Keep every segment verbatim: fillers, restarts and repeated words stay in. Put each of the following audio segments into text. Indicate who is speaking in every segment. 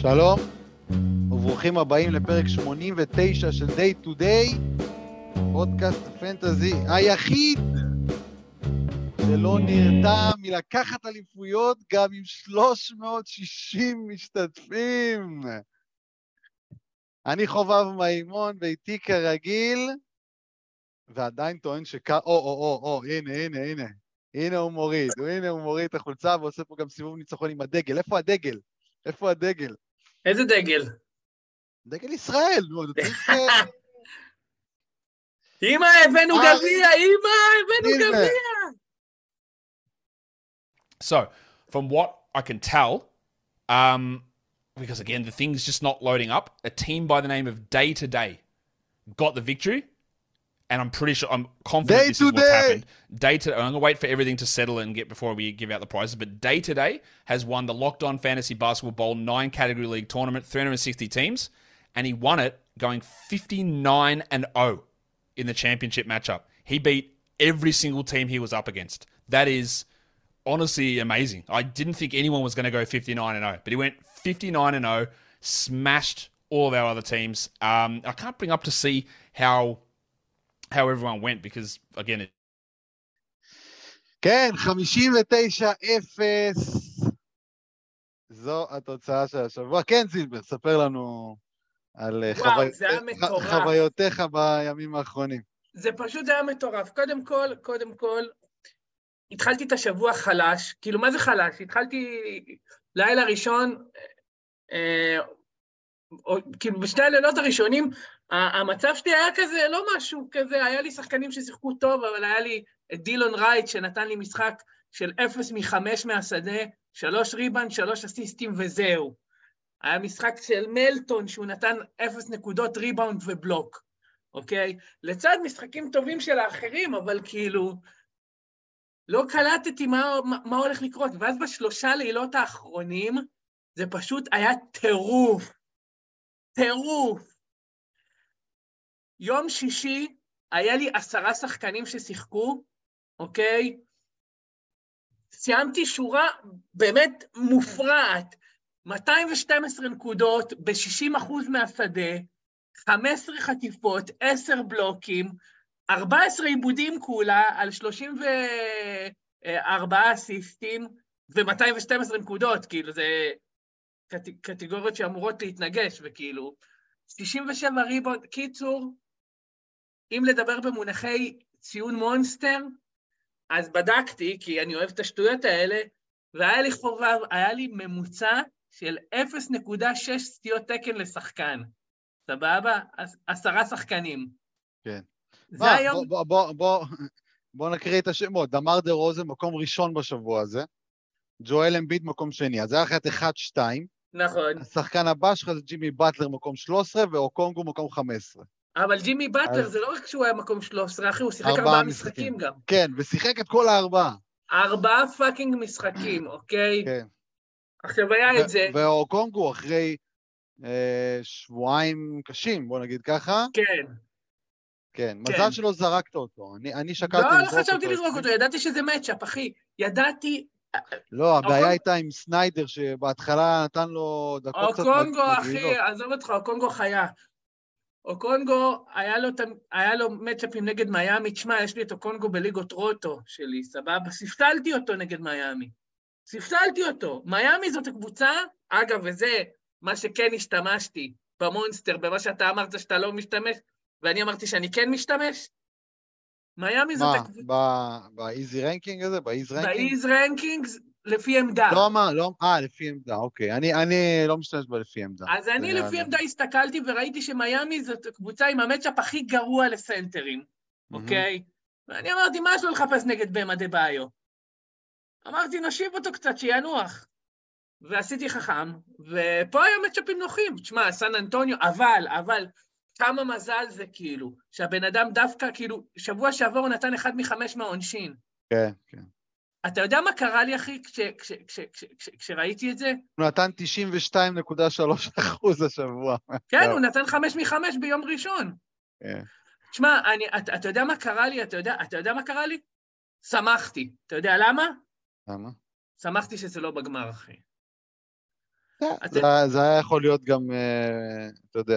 Speaker 1: שלום, וברוכים הבאים לפרק שמונים ותשע של Day to Day, פודקאסט הפנטזי היחיד שלא נרתע מלקחת אליפויות גם עם שלוש מאות ושישים משתתפים. אני חובב מימון ואיתי כרגיל, ועדיין טוען שכ... או, או, או, או, הנה, הנה, הנה. הנה הוא מוריד, הנה הוא מוריד את החולצה ועושה פה גם סיבוב ניצחון עם הדגל. איפה הדגל? איפה הדגל?
Speaker 2: איזה דגל?
Speaker 1: דגל ישראל, נו, אתה צריך...
Speaker 2: אמא, הבאנו גביע, אמא, הבאנו גביע.
Speaker 3: So, from what I can tell, um, because again, the thing's just not loading up, a team by the name of Day to Day got the victory, and I'm pretty sure, I'm confident
Speaker 1: Day
Speaker 3: this
Speaker 1: to
Speaker 3: is what's
Speaker 1: Day.
Speaker 3: happened. Day to, I'm going to wait for everything to settle and get before we give out the prizes, but Day to Day has won the Locked On Fantasy Basketball Bowl nine category league tournament, three hundred sixty teams, and he won it going fifty-nine and oh in the championship matchup. He beat every single team he was up against. That is honestly amazing. I didn't think anyone was going to go fifty-nine and oh, but he went fifty-nine and oh, smashed all of our other teams. Um, I can't bring up to see how how everyone went because again, it...
Speaker 1: כן, חמישים ותשע אפס. זו התוצאה של השבוע. כן, זילבר, ספר לנו על
Speaker 2: וואו, זה היה מטורף.
Speaker 1: חוויותיך בימים האחרונים.
Speaker 2: זה פשוט היה מטורף. קודם כל, קודם כל, התחלתי את השבוע חלש. כאילו, מה זה חלש? התחלתי לילה ראשון, אה, או, כאילו, בשני הלילות הראשונים, המצב שלי היה כזה, לא משהו כזה, היה לי שחקנים ששיחקו טוב, אבל היה לי את דילון רייט, שנתן לי משחק של אפס מחמש מהשדה, שלוש ריבן, שלוש אסיסטים וזהו. היה משחק של מלטון, שהוא נתן אפס נקודות ריבאונד ובלוק, אוקיי? לצד משחקים טובים של האחרים, אבל כאילו, לא קלטתי מה, מה, מה הולך לקרות, ואז בשלושה לילות האחרונים, זה פשוט היה טירוף, טירוף. יום שישי, היה לי עשרה שחקנים ששיחקו, אוקיי? סיימתי שורה באמת מופרעת, מאתיים ושתים עשרה נקודות, ב-שישים אחוז מהשדה, חמש עשרה חטיפות, עשרה בלוקים, ארבע עשרה עיבודים כולה, על שלושים וארבעה אסיסטים, ו-מאתיים ושתים עשרה נקודות, כאילו זה קט... קטגוריות שאמורות להתנגש, וכאילו, שישים ושבע ריבאונד, קיצור, אם לדבר במונחי ציון מונסטר, אז בדקתי, כי אני אוהב את השטויות האלה, והיה לי חובב, היה לי ממוצע של אפס נקודה שש סטיות תקן לשחקן. סבבה? עשרה שחקנים.
Speaker 1: כן.
Speaker 2: זה
Speaker 1: מה,
Speaker 2: היום...
Speaker 1: בוא, בוא, בוא, בוא נקריא את השמות. דמר דה רוזן, מקום ראשון בשבוע הזה. ג'ואל אמביד, מקום שני. אז זה היה אחת אחד שתיים.
Speaker 2: נכון.
Speaker 1: השחקן הבא שלך זה ג'ימי באטלר, מקום שלוש עשרה, ואוקונגו, מקום חמש עשרה.
Speaker 2: אבל ג'ימי באטלר
Speaker 1: אז...
Speaker 2: זה לא רק שהוא היה מקום שלוש עשרה, אחי, הוא שיחק ארבעה משחקים. משחקים גם.
Speaker 1: כן, ושיחק את כל הארבעה.
Speaker 2: ארבעה פאקינג משחקים, אוקיי?
Speaker 1: כן.
Speaker 2: עכשיו היה את זה.
Speaker 1: ואוקונגו אחרי אה, שבועיים קשים, בוא נגיד ככה.
Speaker 2: כן.
Speaker 1: כן, מזל שלא זרקת אותו. אני, אני שקלתי
Speaker 2: לזרוק אותו.
Speaker 1: לא,
Speaker 2: לא חשבתי לזרוק אותו, ידעתי שזה מצ'אפ, אחי. ידעתי...
Speaker 1: לא, הבעיה הייתה עם סניידר, שבהתחלה נתן לו דקות קצת מגעילות.
Speaker 2: אוקונגו, אחי, עזוב אותך, אוקונגו חיה. אוקונגו, היה לו, היה לו מצ'אפים נגד מיאמי, תשמע, יש לי את אוקונגו בליגות רוטו שלי, סבבה? ספסלתי אותו נגד מיאמי. ספסלתי אותו. מיאמי זאת הקבוצה, אגב, וזה מה שכן השתמשתי במונסטר, במה שאתה אמרת שאתה לא משתמש, ואני אמרתי שאני כן משתמש. מיאמי זאת הקבוצה...
Speaker 1: מה? באיזי רנקינג הזה? באיז רנקינג?
Speaker 2: באיז רנקינג, לפי עמדה.
Speaker 1: לא, מה, לא, אה, לפי עמדה, אוקיי. אני, אני לא משתמש בה לפי עמדה.
Speaker 2: אז אני לפי עמדה הסתכלתי וראיתי שמיאמי זאת קבוצה עם המצ'אפ הכי גרוע לסנטרים, אוקיי? ואני אמרתי, מה יש לו לחפש נגד במה דה ביו? אמרתי, נשיב אותו קצת, שינוח. ועשיתי חכם, ופה היה מצ'אפים נוחים. תשמע, סן אנטוניו, אבל, אבל, כמה מזל זה כאילו, שהבן אדם דווקא, כאילו, שבוע שעבר הוא נתן אחד מחמש מהעונשין.
Speaker 1: כן, כן.
Speaker 2: אתה יודע מה קרה לי, אחי, כש, כש, כש, כש, כש, כשראיתי את זה?
Speaker 1: הוא נתן תשעים ושתיים נקודה שלוש אחוז השבוע.
Speaker 2: כן, הוא נתן חמש מחמש ביום ראשון.
Speaker 1: כן.
Speaker 2: תשמע, אני, אתה, אתה יודע מה קרה לי? אתה יודע, אתה יודע מה קרה לי? שמחתי. אתה יודע למה?
Speaker 1: למה?
Speaker 2: שמחתי שזה לא בגמר, אחי.
Speaker 1: זה היה יכול להיות גם, אתה יודע.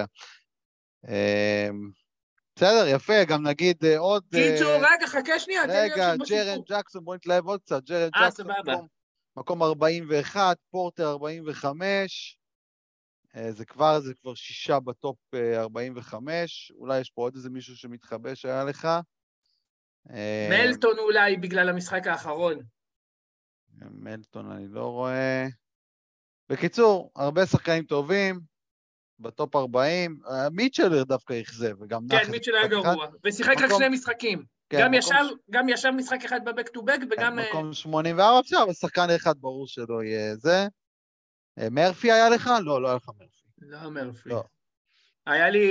Speaker 1: בסדר, יפה, גם נגיד עוד...
Speaker 2: קיצור, רגע, חכה שנייה,
Speaker 1: רגע, ג'רן ג'קסון, בוא נתלהב עוד קצת, ג'רן ג'קסון, מקום ארבעים ואחת, פורטר ארבעים וחמש, זה כבר, זה כבר שישה בטופ ארבעים וחמש, אולי יש פה עוד איזה מישהו שמתחבא שהיה לך.
Speaker 2: מלטון אולי בגלל המשחק האחרון.
Speaker 1: מלטון אני לא רואה. בקיצור, הרבה שחקנים טובים, בטופ ארבעים, מיטשלר דווקא יחזב, וגם נחת.
Speaker 2: כן, מיטשלר היה גרוע, ושיחק רק שני משחקים. גם ישב משחק אחד בבק טו בק, וגם...
Speaker 1: מקום שמונים וארבע, אפשר, אבל שחקן אחד ברור שלא יהיה זה. מרפי היה לך? לא, לא היה לך מרפי.
Speaker 2: לא מרפי. היה לי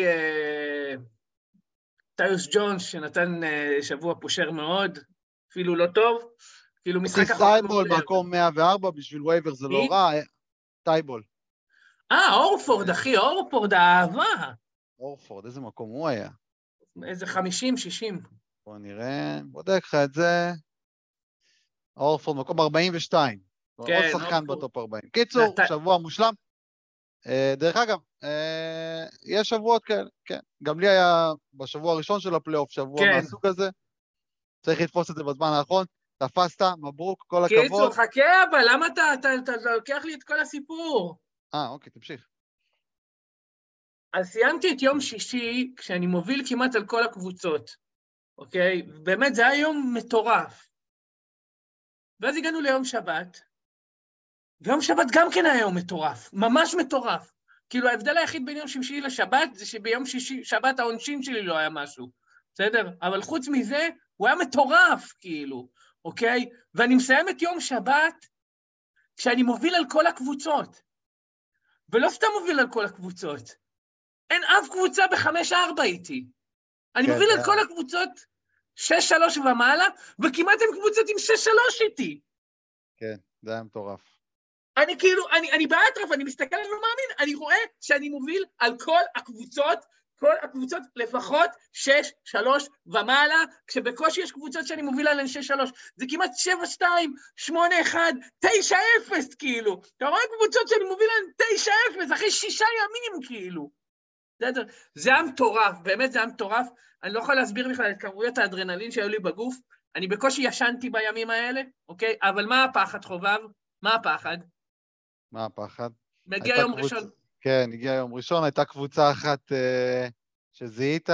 Speaker 2: טיוס ג'ונס, שנתן שבוע פושר מאוד, אפילו לא טוב, אפילו משחק אחרון...
Speaker 1: טייבול במקום מאה וארבע, בשביל וייבר זה לא רע, טייבול.
Speaker 2: אה, אורפורד, אחי, אורפורד, האהבה.
Speaker 1: אורפורד, איזה מקום הוא היה?
Speaker 2: איזה חמישים, שישים.
Speaker 1: בוא נראה, בודק לך את זה. אורפורד, מקום ארבעים ושתיים. כן, עוד שחקן אורפורד. בטופ ארבעים. קיצור, נת... שבוע מושלם. דרך אגב, יש שבועות כאלה, כן. גם לי היה בשבוע הראשון של הפלייאוף, שבוע כן. מהסוג הזה. צריך לתפוס את זה בזמן האחרון. תפסת, מברוק, כל הכבוד.
Speaker 2: קיצור, חכה, אבל למה אתה, אתה, אתה, אתה לוקח לי את כל הסיפור?
Speaker 1: אה, אוקיי, תמשיך.
Speaker 2: אז סיימתי את יום שישי, כשאני מוביל כמעט על כל הקבוצות, אוקיי? באמת, זה היה יום מטורף. ואז הגענו ליום שבת, ויום שבת גם כן היה יום מטורף, ממש מטורף. כאילו, ההבדל היחיד בין יום שישי לשבת, זה שביום שישי, שבת העונשין שלי לא היה משהו, בסדר? אבל חוץ מזה, הוא היה מטורף, כאילו, אוקיי? ואני מסיים את יום שבת, כשאני מוביל על כל הקבוצות. ולא סתם מוביל על כל הקבוצות. אין אף קבוצה בחמש ארבע איתי. אני מוביל על כל הקבוצות שש שלוש ומעלה, וכמעט הם קבוצות עם שש שלוש איתי.
Speaker 1: כן, זה היה מטורף.
Speaker 2: אני כאילו, אני, אני באטרף, אני מסתכל, אני לא מאמין, אני רואה שאני מוביל על כל הקבוצות, כל הקבוצות לפחות שש שלוש ומעלה, כשבקושי יש קבוצות שאני מוביל עליהן שש שלוש. זה כמעט שבע שתיים, שמונה אחת, תשע אפס, כאילו. אתה רואה קבוצות שאני מוביל עליהן תשע אפס, אחרי שישה ימים, כאילו. בסדר? זה היה מטורף, באמת זה היה מטורף. אני לא יכול להסביר בכלל את כמויות האדרנלין שהיו לי בגוף. אני בקושי ישנתי בימים האלה, אוקיי? אבל מה הפחד, חובב? מה הפחד?
Speaker 1: מה הפחד?
Speaker 2: מגיע יום
Speaker 1: קבוצ...
Speaker 2: ראשון.
Speaker 1: כן, הגיע יום ראשון, הייתה קבוצה אחת אה, שזיהית?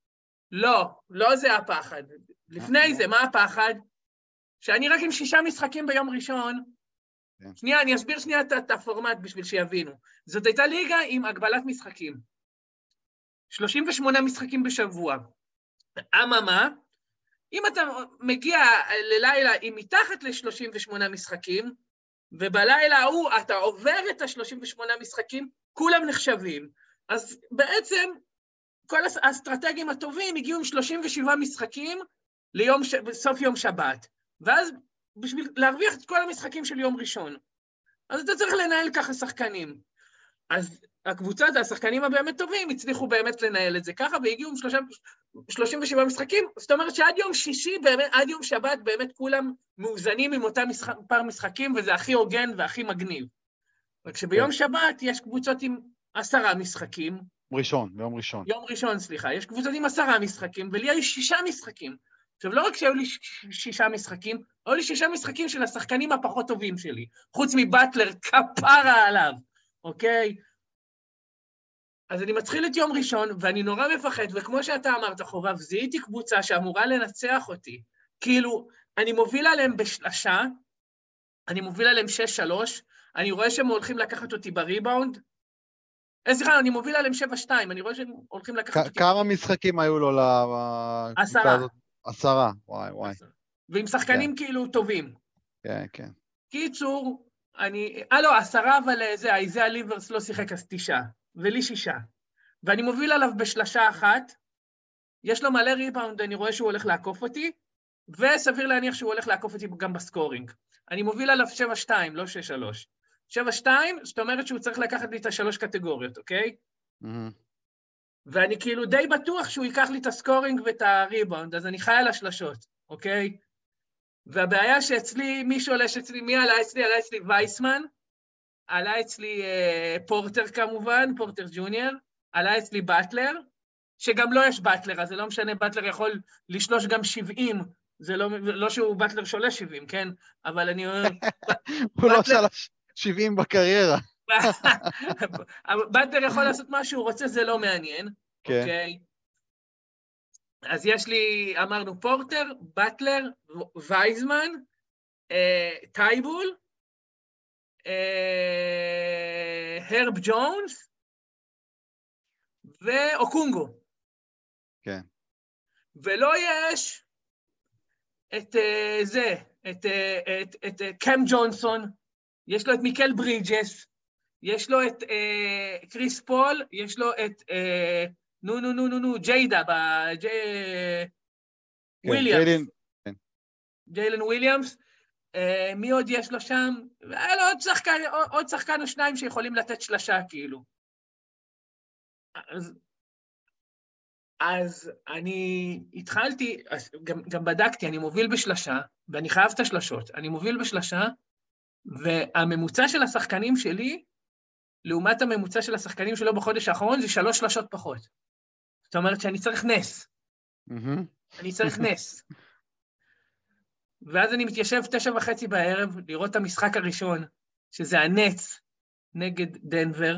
Speaker 1: לא,
Speaker 2: לא זה הפחד. לפני זה, מה הפחד? שאני רק עם שישה משחקים ביום ראשון, כן. שנייה, אני אסביר שנייה את, את הפורמט בשביל שיבינו. זאת הייתה ליגה עם הגבלת משחקים. שלושים ושמונה משחקים בשבוע. אממה, אם אתה מגיע ללילה עם מתחת ל-שלושים ושמונה משחקים, ובלילה ההוא אתה עובר את ה-שלושים ושמונה משחקים, כולם נחשבים. אז בעצם כל האסטרטגיים הטובים הגיעו עם שלושים ושבעה משחקים ליום ש... בסוף יום שבת. ואז בשביל להרוויח את כל המשחקים של יום ראשון. אז אתה צריך לנהל ככה שחקנים. אז הקבוצת, השחקנים הבאמת טובים, הצליחו באמת לנהל את זה ככה, והגיעו עם שלושים ושבעה משחקים, זאת אומרת שעד יום שישי, באמת, עד יום שבת, באמת כולם מאוזנים עם אותם משחק, פער משחקים, וזה הכי הוגן והכי מגניב. וכשביום שבת יש קבוצות עם עשרה משחקים.
Speaker 1: ראשון, ביום ראשון.
Speaker 2: יום ראשון, סליחה. יש קבוצות עם עשרה משחקים, ולי היו שישה משחקים. עכשיו, לא רק שהיו לי שישה משחקים, היו לי שישה משחקים של השחקנים הפחות טובים שלי, חוץ מבטלר, כפרה עליו, אוקיי? אז אני מתחיל את יום ראשון, ואני נורא מפחד, וכמו שאתה אמרת, חובב, זיהיתי קבוצה שאמורה לנצח אותי. כאילו, אני מוביל עליהם בשלשה, אני מוביל עליהם שש שלוש, אני רואה שהם הולכים לקחת אותי בריבאונד, סליחה, אני מוביל עליהם שבע שתיים, אני רואה שהם הולכים לקחת אותי...
Speaker 1: כמה משחקים היו לו לקבוצה הזאת? עשרה, וואי, וואי.
Speaker 2: ועם שחקנים כאילו טובים.
Speaker 1: כן, כן.
Speaker 2: קיצור, אני... אה, לא, עשרה, אבל זה, איזיה ליברס לא שיחק, אז תשעה. ולי שישה. ואני מוביל עליו בשלשה אחת, יש לו מלא ריבאונד, אני רואה שהוא הולך לעקוף אותי, וסביר להניח שהוא הולך לעקוף אותי גם בסקורינג. אני מוביל עליו שבע שתיים, לא שש שלוש. שבע שתיים, זאת אומרת שהוא צריך לקחת לי את השלוש קטגוריות, אוקיי?
Speaker 1: Mm-hmm.
Speaker 2: ואני כאילו די בטוח שהוא ייקח לי את הסקורינג ואת הריבאונד, אז אני חי על השלשות, אוקיי? והבעיה שאצלי, מי שעולה שאצלי, מי עלה אצלי? עלה אצלי וייסמן, עלה אצלי אה, פורטר כמובן, פורטר ג'וניור, עלה אצלי באטלר, שגם לא יש באטלר, אז זה לא משנה, באטלר יכול לשלוש גם שבעים, זה לא, לא שהוא באטלר שולה שבעים, כן? אבל אני אומר...
Speaker 1: הוא לא שלש שבעים בקריירה.
Speaker 2: באטלר יכול לעשות מה שהוא רוצה, זה לא מעניין,
Speaker 1: כן.
Speaker 2: אוקיי? אז יש לי, אמרנו פורטר, באטלר, וייזמן, אה, טייבול, אה, הרב ג'ונס, ואוקונגו.
Speaker 1: כן.
Speaker 2: ולא יש את uh, זה, את, uh, את, את uh, קם ג'ונסון, יש לו את מיקל ברידג'ס, יש לו את uh, קריס פול, יש לו את, uh, נו נו נו נו נו, ג'יידה, ב... ג'י...
Speaker 1: כן,
Speaker 2: וויליאמס.
Speaker 1: ג'יילן, כן.
Speaker 2: ג'יילן וויליאמס. Uh, מי עוד יש לו שם? היה לו עוד שחקן, עוד שחקן או שניים שיכולים לתת שלשה, כאילו. אז... אז אני התחלתי, גם, גם בדקתי, אני מוביל בשלשה, ואני חייב את השלשות, אני מוביל בשלשה, והממוצע של השחקנים שלי, לעומת הממוצע של השחקנים שלו בחודש האחרון, זה שלוש שלשות פחות. זאת אומרת שאני צריך נס.
Speaker 1: Mm-hmm.
Speaker 2: אני צריך נס. ואז אני מתיישב תשע וחצי בערב, לראות את המשחק הראשון, שזה הנץ נגד דנבר,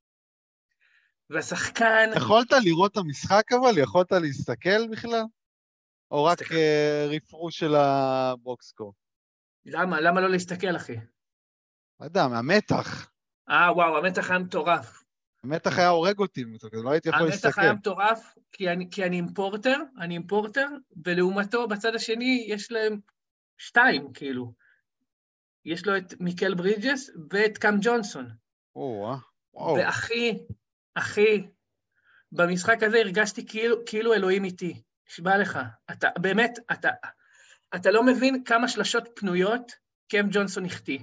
Speaker 2: והשחקן...
Speaker 1: יכולת לראות את המשחק אבל? יכולת להסתכל בכלל? או רק רפרוש של הבוקסקור?
Speaker 2: למה? למה לא להסתכל, אחי?
Speaker 1: לא יודע, מהמתח.
Speaker 2: אה, וואו, המתח היה מטורף.
Speaker 1: המתח היה הורג אותי, לא הייתי יכול להסתכל.
Speaker 2: המתח היה מטורף, כי אני, כי אני עם פורטר, אני עם פורטר, ולעומתו בצד השני יש להם שתיים, כאילו. יש לו את מיקל ברידג'ס ואת קאם ג'ונסון.
Speaker 1: וואו, וואו.
Speaker 2: ואחי, אחי, במשחק הזה הרגשתי כאילו, כאילו אלוהים איתי. שבא לך, אתה, באמת, אתה, אתה לא מבין כמה שלשות פנויות קאם ג'ונסון החטיא.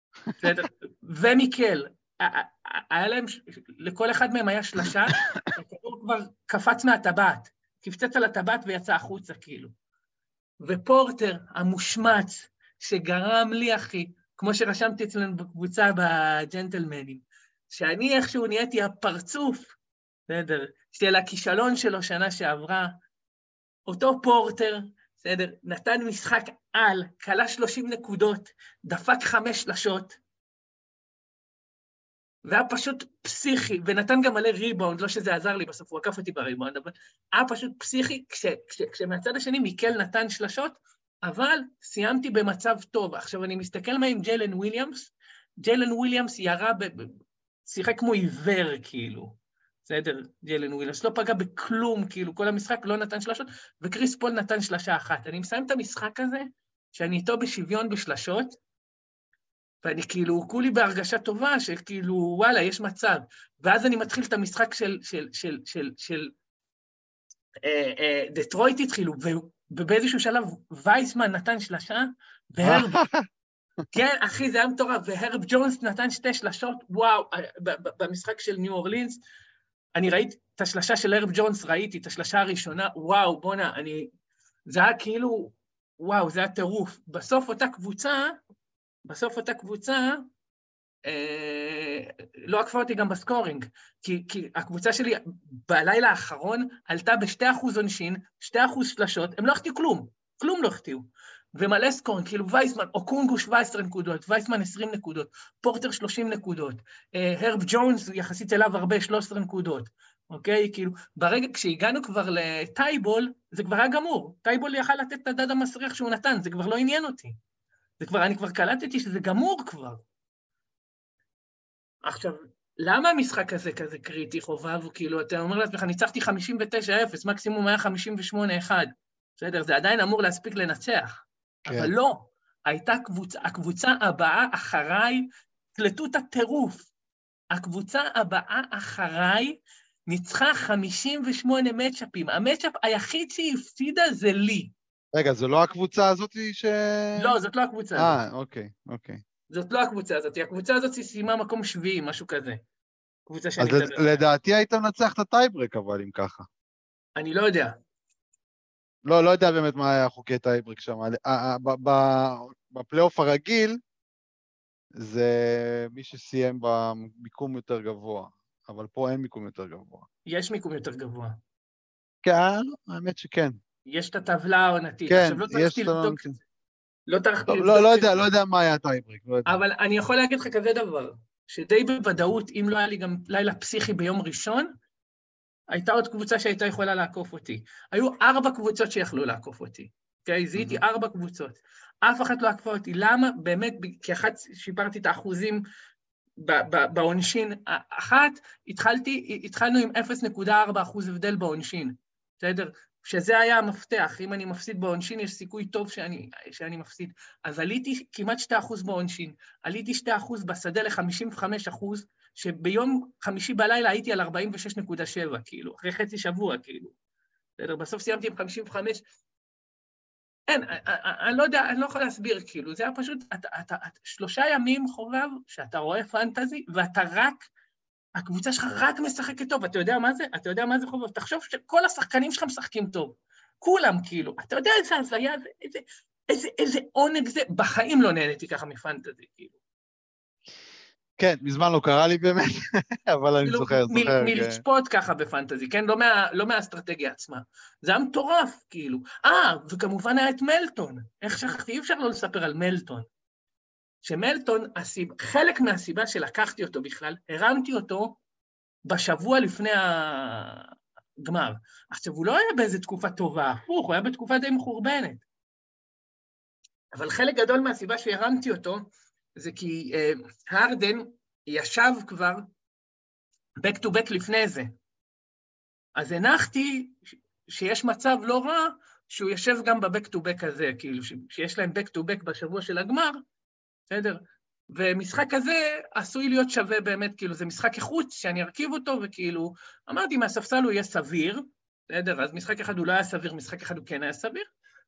Speaker 2: ומיקל, היה להם, לכל אחד מהם היה שלשה, הכדור כבר קפץ מהטבעת, קפצץ על הטבעת ויצא החוצה, כאילו. ופורטר, המושמץ, שגרם לי, אחי, כמו שרשמתי אצלנו בקבוצה בג'נטלמנים, שאני איכשהו נהייתי הפרצוף, בסדר, של הכישלון שלו שנה שעברה, אותו פורטר, בסדר, נתן משחק על, קלה שלושים נקודות, דפק חמש שלשות, והיה פשוט פסיכי, ונתן גם מלא ריבאונד, לא שזה עזר לי בסוף, הוא עקף אותי בריבאונד, אבל היה פשוט פסיכי, כש, כש, כשמהצד השני מיקל נתן שלשות, אבל סיימתי במצב טוב. עכשיו אני מסתכל מה עם ג'יילן וויליאמס, ג'יילן וויליאמס ירה, ב, ב, שיחק כמו עיוור, כאילו, בסדר, ג'יילן וויליאמס, לא פגע בכלום, כאילו, כל המשחק לא נתן שלשות, וקריס פול נתן שלשה אחת. אני מסיים את המשחק הזה, שאני איתו בשוויון בשלשות, ואני כאילו, כולי בהרגשה טובה, שכאילו, וואלה, יש מצב. ואז אני מתחיל את המשחק של, של, של, של, של, אה, אה, דטרויט התחילו, ובאיזשהו שלב, וייסמן נתן שלשה, והרב, כן, אחי, זה היה מטורף, והרב ג'ונס נתן שתי שלשות, וואו, במשחק של ניו אורלינס, אני ראיתי את השלשה של הרב ג'ונס, ראיתי את השלשה הראשונה, וואו, בונה, אני, זה היה כאילו, וואו, זה היה טירוף. בסוף אותה קבוצה, בסוף אותה קבוצה, אה, לא עקפה אותי גם בסקורינג, כי, כי הקבוצה שלי בלילה האחרון עלתה בשתי אחוז עונשין, שתי אחוז שלשות, הם לא החטיאו כלום, כלום לא החטיאו, ומלא סקורינג, כאילו וייסמן, אוקונגו שבע עשרה נקודות, וייסמן עשרים נקודות, פורטר שלושים נקודות, אה, הרב ג'ונס יחסית אליו הרבה שלוש עשרה נקודות, אוקיי? כאילו, ברגע, כשהגענו כבר לטייבול, זה כבר היה גמור, טייבול יכל לתת את הדד המסריח שהוא נתן, זה כבר לא עניין אותי. זה כבר, אני כבר קלטתי שזה גמור כבר. עכשיו, למה המשחק הזה כזה קריטי, חובב? כאילו, אתה אומר לעצמך, ניצחתי חמישים ותשע אפס, מקסימום היה חמישים ושמונה אחד. בסדר, זה עדיין אמור להספיק לנצח. כן. אבל לא, הייתה קבוצה, הקבוצה הבאה אחריי, קלטו את הטירוף. הקבוצה הבאה אחריי ניצחה חמישים ושמונה מצ'אפים. המצ'אפ היחיד שהיא הפסידה זה לי.
Speaker 1: רגע, זו לא הקבוצה הזאת ש...
Speaker 2: לא, זאת לא הקבוצה הזאת.
Speaker 1: אה, אוקיי, אוקיי.
Speaker 2: זאת לא הקבוצה הזאת, הקבוצה הזאת סיימה מקום שביעי, משהו כזה. קבוצה שאני
Speaker 1: מדבר. אז לדעתי היית מנצח את הטייברק, אבל אם ככה.
Speaker 2: אני לא יודע.
Speaker 1: לא, לא יודע באמת מה היה חוקי טייברק שם. בפלייאוף הרגיל, זה מי שסיים במיקום יותר גבוה, אבל פה אין מיקום יותר גבוה.
Speaker 2: יש מיקום יותר גבוה.
Speaker 1: כן, האמת שכן.
Speaker 2: יש את הטבלה העונתית.
Speaker 1: כן,
Speaker 2: עכשיו, לא טרחתי
Speaker 1: יש...
Speaker 2: לבדוק את זה. לא טרחתי
Speaker 1: טוב,
Speaker 2: לבדוק
Speaker 1: לא, לא
Speaker 2: את
Speaker 1: יודע,
Speaker 2: זה.
Speaker 1: לא יודע מה היה הטייברק, לא יודע.
Speaker 2: אבל אני יכול להגיד לך כזה דבר, שדי בוודאות, אם לא היה לי גם לילה פסיכי ביום ראשון, הייתה עוד קבוצה שהייתה יכולה לעקוף אותי. היו ארבע קבוצות שיכלו לעקוף אותי. אוקיי? זיהיתי ארבע קבוצות. אף אחת לא עקפה אותי. למה? באמת, כי אחת שיפרתי את האחוזים בעונשין. אחת, התחלתי, התחלנו עם אפס נקודה ארבע אחוז הבדל בעונשין. בסדר? שזה היה המפתח. אם אני מפסיד בעונשין, יש סיכוי טוב שאני, שאני מפסיד. אז עליתי כמעט שני אחוז בעונשין. עליתי שני אחוז בשדה ל-חמישים וחמישה אחוז, שביום חמישי בלילה הייתי על ארבעים ושש נקודה שבע, כאילו, אחרי חצי שבוע, כאילו. בסדר? בסוף סיימתי עם חמישים וחמש. אין, אני לא יודע, אני לא יכול להסביר, כאילו, זה היה פשוט, אתה, אתה, אתה, שלושה ימים חובב, שאתה רואה פנטזי, ואתה רק, הקבוצה שלך רק משחקת טוב, אתה יודע מה זה? אתה יודע מה זה חובב? תחשוב שכל השחקנים שלך משחקים טוב. כולם, כאילו, אתה יודע איזה הזיה זה, איזה, איזה, איזה עונג זה, בחיים לא נהניתי ככה מפנטזי, כאילו.
Speaker 1: כן, מזמן לא קרה לי באמת, אבל אני זוכר, זוכר.
Speaker 2: מלצפות ככה בפנטזי, כן? לא מהאסטרטגיה עצמה. זה היה מטורף, כאילו. אה, וכמובן היה את מלטון. איך שכחתי, אי אפשר לא לספר על מלטון. שמלטון, חלק מהסיבה שלקחתי אותו בכלל, הרמתי אותו בשבוע לפני הגמר. עכשיו, הוא לא היה באיזו תקופה טובה, הפוך, הוא היה בתקופה די מחורבנת. אבל חלק גדול מהסיבה שהרמתי אותו, זה כי uh, הרדן ישב כבר back to back לפני זה. אז הנחתי שיש מצב לא רע שהוא יושב גם ב-back to back הזה, כאילו שיש להם back to back בשבוע של הגמר, בסדר? ומשחק הזה עשוי להיות שווה באמת, כאילו זה משחק איכות שאני ארכיב אותו, וכאילו אמרתי מהספסל הוא יהיה סביר, בסדר? אז משחק אחד הוא לא היה סביר, משחק אחד הוא כן היה סביר,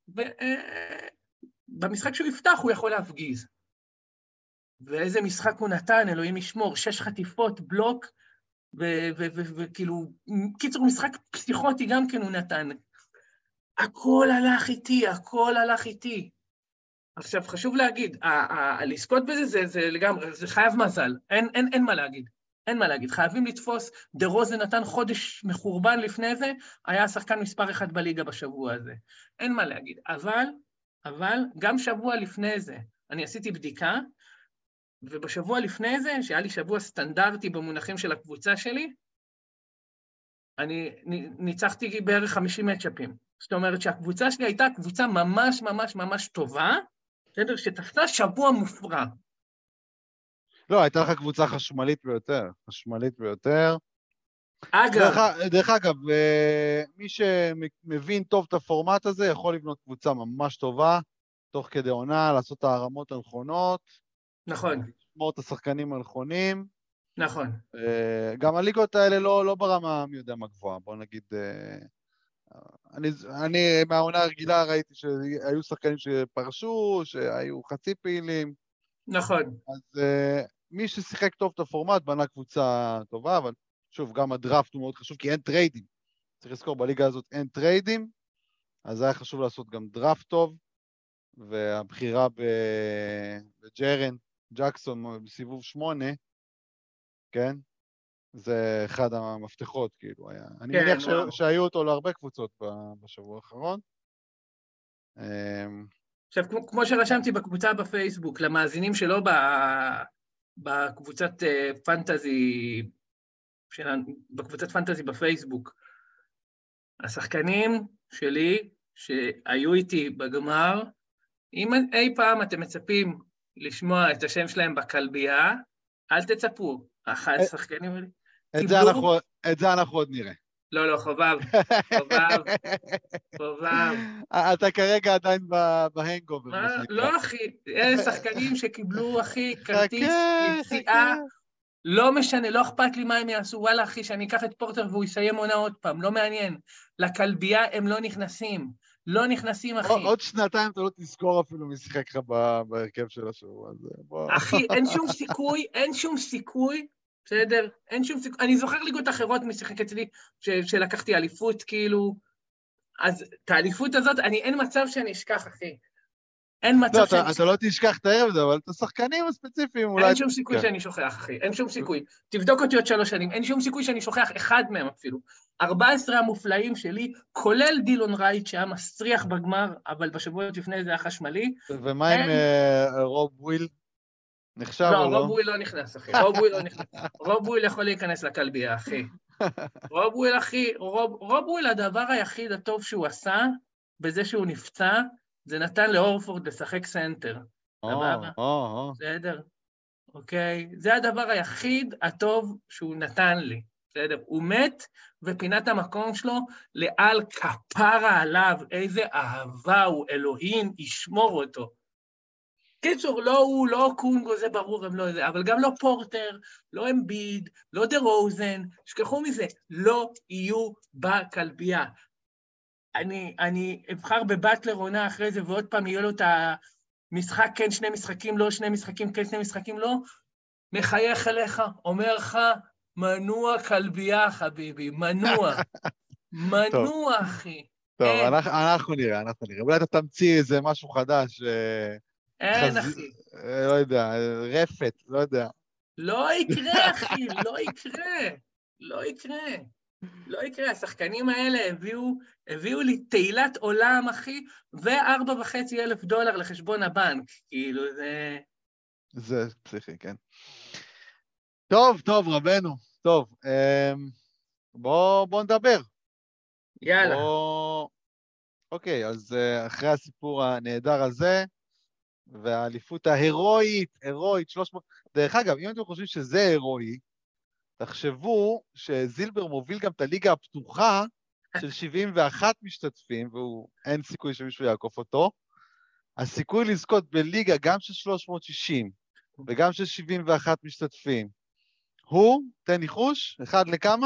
Speaker 2: ובמשחק שהוא יפתח הוא יכול להפגיז. ואיזה משחק הוא נתן, אלוהים ישמור, שש חטיפות, בלוק, וכאילו, קיצור, משחק פסיכוטי גם כן הוא נתן. הכל הלך איתי, הכל הלך איתי. עכשיו, חשוב להגיד, לזכות בזה, זה לגמרי, זה חייב מזל, אין מה להגיד, אין מה להגיד, חייבים לתפוס, דה רוזן נתן חודש מחורבן לפני זה, היה השחקן מספר אחד בליגה בשבוע הזה, אין מה להגיד, אבל, אבל, גם שבוע לפני זה, אני עשיתי בדיקה, ובשבוע לפני זה, שהיה לי שבוע סטנדרטי במונחים של הקבוצה שלי, אני ניצחתי בערך חמישים מצ'אפים. זאת אומרת שהקבוצה שלי הייתה קבוצה ממש ממש ממש טובה, בסדר? שתפסה שבוע מופרע.
Speaker 1: לא, הייתה לך קבוצה חשמלית ביותר, חשמלית ביותר.
Speaker 2: אגב.
Speaker 1: דרך, דרך אגב, מי שמבין טוב את הפורמט הזה, יכול לבנות קבוצה ממש טובה, תוך כדי עונה, לעשות את הרמות הנכונות.
Speaker 2: נכון.
Speaker 1: לשמור את השחקנים הנכונים.
Speaker 2: נכון.
Speaker 1: גם הליגות האלה לא, לא ברמה מי יודע מה גבוהה, בוא נגיד, אני, אני מהעונה הרגילה ראיתי שהיו שחקנים שפרשו, שהיו חצי פעילים.
Speaker 2: נכון.
Speaker 1: אז מי ששיחק טוב את הפורמט בנה קבוצה טובה, אבל שוב, גם הדראפט הוא מאוד חשוב, כי אין טריידים. צריך לזכור, בליגה הזאת אין טריידים, אז היה חשוב לעשות גם דראפט טוב, והבחירה בג'רן, ג'קסון בסיבוב שמונה, כן? זה אחד המפתחות, כאילו, היה. אני
Speaker 2: כן,
Speaker 1: מניח ש...
Speaker 2: וואו.
Speaker 1: שהיו אותו להרבה קבוצות בשבוע האחרון.
Speaker 2: עכשיו, כמו, כמו שרשמתי בקבוצה בפייסבוק, למאזינים שלו בקבוצת פנטזי, בקבוצת פנטזי בפייסבוק, השחקנים שלי שהיו איתי בגמר, אם אי פעם אתם מצפים לשמוע את השם שלהם בכלבייה, אל תצפו. אחד השחקנים האלה.
Speaker 1: את זה אנחנו עוד נראה.
Speaker 2: לא, לא, חובב. חובב. חובב.
Speaker 1: אתה כרגע עדיין בהנגובר.
Speaker 2: לא, אחי. אלה שחקנים שקיבלו, אחי, כרטיס יציאה. לא משנה, לא אכפת לי מה הם יעשו. וואלה, אחי, שאני אקח את פורטר והוא יסיים עונה עוד פעם. לא מעניין. לכלבייה הם לא נכנסים. לא נכנסים, אחי.
Speaker 1: עוד שנתיים אתה לא תזכור אפילו משחק לך בהרכב של השבוע הזה.
Speaker 2: אחי, אין שום סיכוי, אין שום סיכוי, בסדר? אין שום סיכוי. אני זוכר ליגות אחרות משחק אצלי, שלקחתי אליפות, כאילו, אז את האליפות הזאת, אני אין מצב שאני אשכח, אחי. אין מצב
Speaker 1: לא,
Speaker 2: שאני...
Speaker 1: אתה, אתה לא תשכח את הערב הזה, אבל את השחקנים הספציפיים אולי...
Speaker 2: אין שום סיכוי
Speaker 1: כן.
Speaker 2: שאני שוכח, אחי, אין שום סיכוי. תבדוק אותי עוד שלוש שנים, אין שום סיכוי שאני שוכח אחד מהם אפילו. ארבע עשרה המופלאים שלי, כולל דילון רייט, שהיה מסריח בגמר, אבל בשבועות לפני זה היה חשמלי.
Speaker 1: ומה עם
Speaker 2: אין...
Speaker 1: אה, רוב וויל? נחשב
Speaker 2: לא,
Speaker 1: או לא?
Speaker 2: רוב וויל לא נכנס, אחי, רוב וויל לא נכנס. רוב וויל יכול להיכנס לכלבייה, אחי. רוב וויל, אחי, רוב, רוב וויל, הדבר היחיד הטוב שהוא עשה, בזה שהוא נפצע, זה נתן לאורפורד לשחק סנטר. סבבה?
Speaker 1: או, או, או.
Speaker 2: בסדר? אוקיי? זה הדבר היחיד הטוב שהוא נתן לי. בסדר? הוא מת, ופינת המקום שלו לעל כפרה עליו, איזה אהבה הוא, אלוהים ישמור אותו. קיצור, לא הוא, לא קונגו, זה ברור, הם לא זה, אבל גם לא פורטר, לא אמביד, לא דה רוזן, שכחו מזה, לא יהיו בכלבייה. אני, אני אבחר בבטלר עונה אחרי זה, ועוד פעם יהיה לו את המשחק, כן, שני משחקים, לא, שני משחקים, כן, שני משחקים, לא, מחייך אליך, אומר לך, מנוע כלבייה, חביבי, מנוע, מנוע, אחי.
Speaker 1: טוב,
Speaker 2: אין,
Speaker 1: אנחנו, אנחנו נראה, אנחנו נראה. אולי אתה תמציא איזה משהו חדש, אה,
Speaker 2: אין,
Speaker 1: חז...
Speaker 2: אחי.
Speaker 1: אה, לא יודע, רפת, לא יודע.
Speaker 2: לא יקרה, אחי, לא יקרה, לא יקרה, לא יקרה. השחקנים האלה הביאו, הביאו לי תהילת עולם, אחי, וארבע וחצי אלף דולר לחשבון הבנק. כאילו, זה...
Speaker 1: זה פסיכי, כן. טוב, טוב, רבנו, טוב. אה, בוא, בוא נדבר.
Speaker 2: יאללה.
Speaker 1: בוא... אוקיי, אז אה, אחרי הסיפור הנהדר הזה, והאליפות ההירואית, הירואית, שלוש מאות... דרך אגב, אם אתם חושבים שזה הירואי, תחשבו שזילבר מוביל גם את הליגה הפתוחה של שבעים ואחת משתתפים, ואין סיכוי שמישהו יעקוף אותו. הסיכוי לזכות בליגה גם של שלוש מאות שישים וגם של שבעים ואחת משתתפים, הוא, תן ניחוש, אחד לכמה?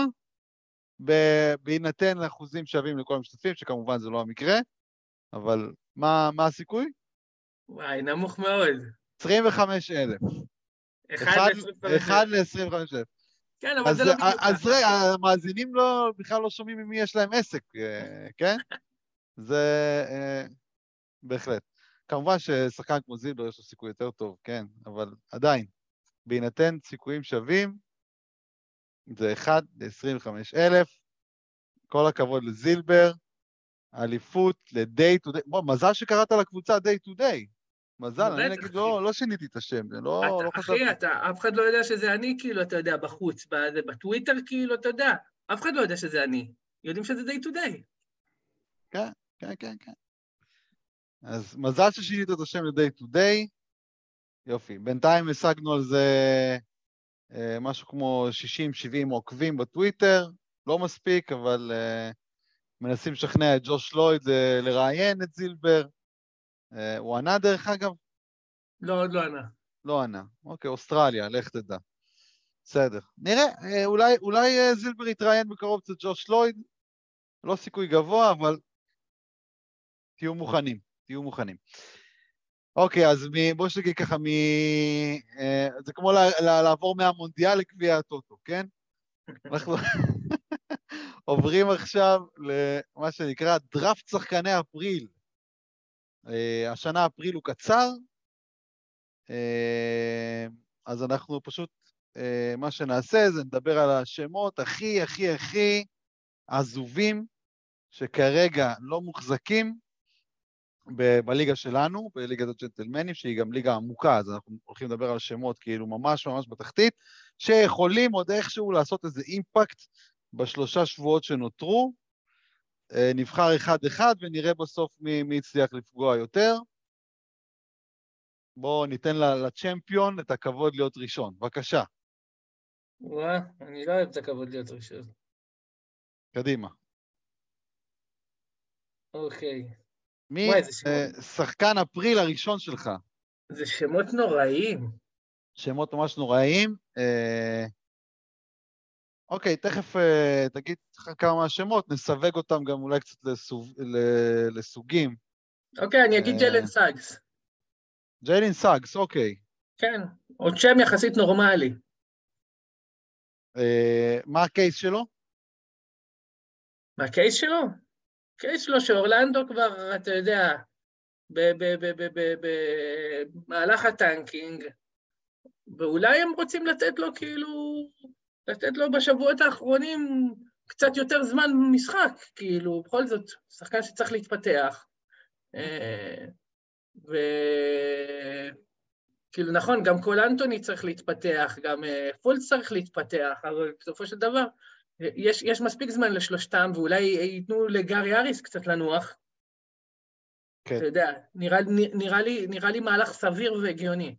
Speaker 1: ב- בהינתן אחוזים שווים לכל המשתתפים, שכמובן זה לא המקרה, אבל מה, מה הסיכוי?
Speaker 2: וואי, נמוך מאוד.
Speaker 1: עשרים וחמישה אלף.
Speaker 2: אחד ל-עשרים וחמש.
Speaker 1: אחד ל-עשרים וחמישה אלף.
Speaker 2: כן, אבל
Speaker 1: אז,
Speaker 2: זה לא בדיוק
Speaker 1: אז
Speaker 2: ככה.
Speaker 1: רגע, המאזינים לא, בכלל לא שומעים ממי יש להם עסק, אה, כן? זה אה, בהחלט. כמובן ששחקן כמו זילבר יש לו סיכוי יותר טוב, כן, אבל עדיין, בהינתן סיכויים שווים, זה אחד ל-עשרים וחמישה אלף, כל הכבוד לזילבר, אליפות ל-day to day, בוא, מזל שקראת לקבוצה day to day, מזל, אני
Speaker 2: בטח,
Speaker 1: נגיד
Speaker 2: אחי.
Speaker 1: לא, לא שיניתי את השם, זה לא,
Speaker 2: אתה,
Speaker 1: לא חשבתי.
Speaker 2: אחי, אתה, אף אחד לא יודע שזה אני, כאילו, אתה יודע, בחוץ, בזה, בטוויטר, כאילו, אתה יודע, אף אחד לא יודע שזה אני. יודעים שזה day to day.
Speaker 1: כן, כן, כן, כן. אז מזל ששינית את השם ל-day to day, יופי. בינתיים השגנו על זה אה, משהו כמו שישים שבעים עוקבים בטוויטר, לא מספיק, אבל אה, מנסים לשכנע את ג'וש לויד ל- לראיין את זילבר. אה, הוא ענה דרך אגב?
Speaker 2: לא, עוד לא ענה.
Speaker 1: לא ענה. אוקיי, אוסטרליה, לך תדע. בסדר. נראה, אה, אולי, אולי אה, זילבר יתראיין בקרוב אצל ג'וש לויד, לא סיכוי גבוה, אבל תהיו מוכנים, תהיו מוכנים. אוקיי, אז מ... בוא שתגיד ככה, מ... אה, זה כמו לה... לה... לעבור מהמונדיאל לקביע הטוטו, כן? אנחנו עוברים עכשיו למה שנקרא דראפט שחקני אפריל. אה, השנה אפריל הוא קצר, אה, אז אנחנו פשוט, אה, מה שנעשה זה נדבר על השמות הכי הכי הכי עזובים, שכרגע לא מוחזקים, ב- בליגה שלנו, בליגת הג'נטלמנים, שהיא גם ליגה עמוקה, אז אנחנו הולכים לדבר על שמות כאילו ממש ממש בתחתית, שיכולים עוד איכשהו לעשות איזה אימפקט בשלושה שבועות שנותרו. נבחר אחד-אחד ונראה בסוף מי, מי יצליח לפגוע יותר. בואו ניתן לצ'מפיון את הכבוד להיות ראשון. בבקשה.
Speaker 2: וואה, אני לא אוהב את הכבוד להיות ראשון.
Speaker 1: קדימה.
Speaker 2: אוקיי.
Speaker 1: מי
Speaker 2: וואי, זה שמות,
Speaker 1: אה, שחקן אפריל הראשון שלך?
Speaker 2: זה שמות נוראיים.
Speaker 1: שמות ממש נוראיים. אה, אוקיי, תכף אה, תגיד כמה מהשמות, נסווג אותם גם אולי קצת לסוג, לסוגים.
Speaker 2: אוקיי, אני אגיד ג'לן סאגס.
Speaker 1: ג'יילין סאגס, אוקיי.
Speaker 2: כן, עוד שם יחסית נורמלי.
Speaker 1: אה, מה הקייס שלו?
Speaker 2: מה הקייס שלו? הקייס שלו שאורלנדו כבר, אתה יודע, במהלך הטנקינג, ואולי הם רוצים לתת לו כאילו, לתת לו בשבועות האחרונים קצת יותר זמן משחק, כאילו, בכל זאת, שחקן שצריך להתפתח. וכאילו, נכון, גם קול אנטוני צריך להתפתח, גם פולץ צריך להתפתח, אבל בסופו של דבר, יש, יש מספיק זמן לשלושתם, ואולי ייתנו לגארי אריס קצת לנוח. כן. אתה יודע, נראה, נראה לי, נראה לי מהלך סביר והגיוני.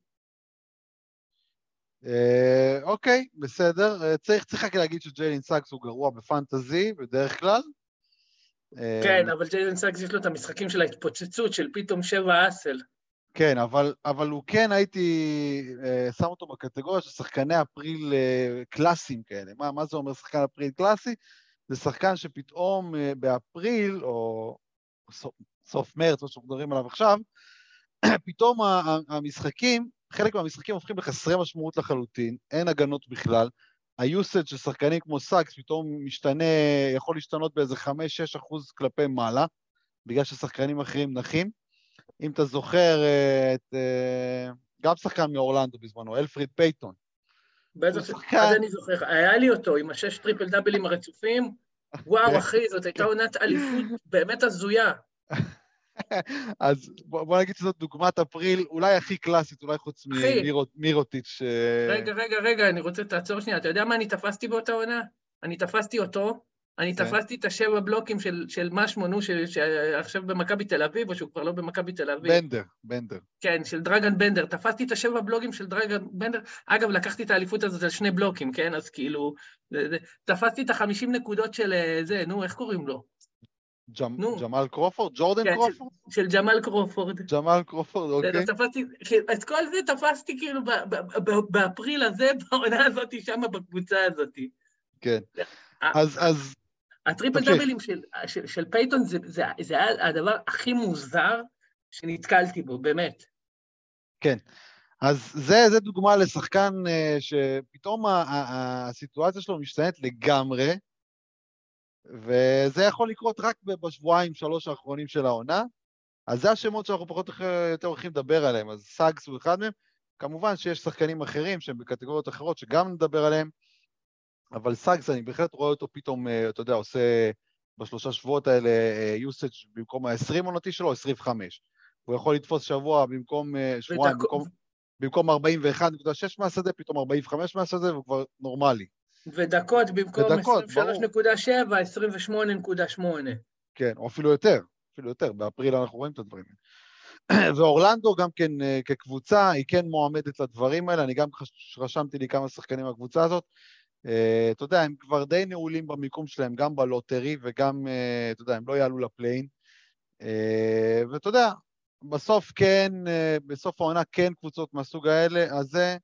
Speaker 1: אוקיי, בסדר. צריך, צריך רק להגיד שג'יילן סאגס הוא גרוע בפנטזי, בדרך כלל.
Speaker 2: כן, אבל ג'יילן סאגס יש לו את המשחקים של ההתפוצצות, של פתאום שבע אסל.
Speaker 1: כן, אבל, אבל הוא כן הייתי שם אותו בקטגוריה של שחקני אפריל קלאסיים כאלה. מה, מה זה אומר שחקן אפריל קלאסי? זה שחקן שפתאום באפריל, או סוף, סוף מרץ, מה שאנחנו מדברים עליו עכשיו, פתאום המשחקים, חלק מהמשחקים הופכים לחסרי משמעות לחלוטין, אין הגנות בכלל, היוסאג' של שחקנים כמו סאקס פתאום משתנה, יכול להשתנות באיזה חמש שש אחוז כלפי מעלה, בגלל ששחקנים אחרים נחים. אם אתה זוכר את, גם שחקן מאורלנדו בזמנו, אלפריד פייטון.
Speaker 2: בטח, שחקן... אז אני זוכר, היה לי אותו עם השש טריפל דאבלים הרצופים, וואו אחי, זאת הייתה עונת אליפות באמת הזויה.
Speaker 1: אז בוא, בוא נגיד שזאת דוגמת אפריל, אולי הכי קלאסית, אולי חוץ ממירוטיץ'.
Speaker 2: רגע, רגע, רגע, אני רוצה תעצור שנייה. אתה יודע מה אני תפסתי באותה עונה? אני תפסתי אותו, אני תפסתי את השבע בלוקים של, של משמו, נו, שעכשיו במכבי תל אביב, או שהוא כבר לא במכבי תל אביב.
Speaker 1: בנדר, בנדר.
Speaker 2: כן, של דרגן בנדר. תפסתי את השבע בלוגים של דרגן בנדר. אגב, לקחתי את האליפות הזאת על שני בלוקים, כן? אז כאילו, תפסתי את החמישים נקודות של זה, נו, איך קוראים לו?
Speaker 1: ג'מאל קרופורד? ג'ורדן קרופורד?
Speaker 2: של ג'מאל קרופורד.
Speaker 1: ג'מאל קרופורד, אוקיי.
Speaker 2: את כל זה תפסתי כאילו באפריל הזה, בעונה הזאת, שם בקבוצה הזאת. כן. אז... הטריפל דאבלים של פייטון זה הדבר הכי מוזר שנתקלתי בו, באמת.
Speaker 1: כן. אז זה דוגמה לשחקן שפתאום הסיטואציה שלו משתנית לגמרי, וזה יכול לקרות רק בשבועיים, שלוש האחרונים של העונה, אז זה השמות שאנחנו פחות או יותר הולכים לדבר עליהם, אז סאגס הוא אחד מהם, כמובן שיש שחקנים אחרים שהם בקטגוריות אחרות שגם נדבר עליהם, אבל סאגס אני בהחלט רואה אותו פתאום, אתה יודע, עושה בשלושה שבועות האלה יוסאג' במקום ה-עשרים עונתי שלו, עשרים וחמש. הוא יכול לתפוס שבוע במקום שבועיים, במקום, במקום ארבעים ואחת נקודה שש מהשדה, פתאום ארבעים וחמש מהשדה, והוא כבר נורמלי.
Speaker 2: ודקות במקום עשרים ושלוש נקודה שבע, עשרים ושמונה נקודה שמונה.
Speaker 1: כן, או אפילו יותר, אפילו יותר, באפריל אנחנו רואים את הדברים. ואורלנדו גם כן כקבוצה, היא כן מועמדת לדברים האלה, אני גם רשמתי לי כמה שחקנים מהקבוצה הזאת, אתה יודע, הם כבר די נעולים במיקום שלהם, גם בלוטרי וגם, אתה יודע, הם לא יעלו לפליין, ואתה יודע, בסוף כן, בסוף העונה כן קבוצות מהסוג האלה, אז זה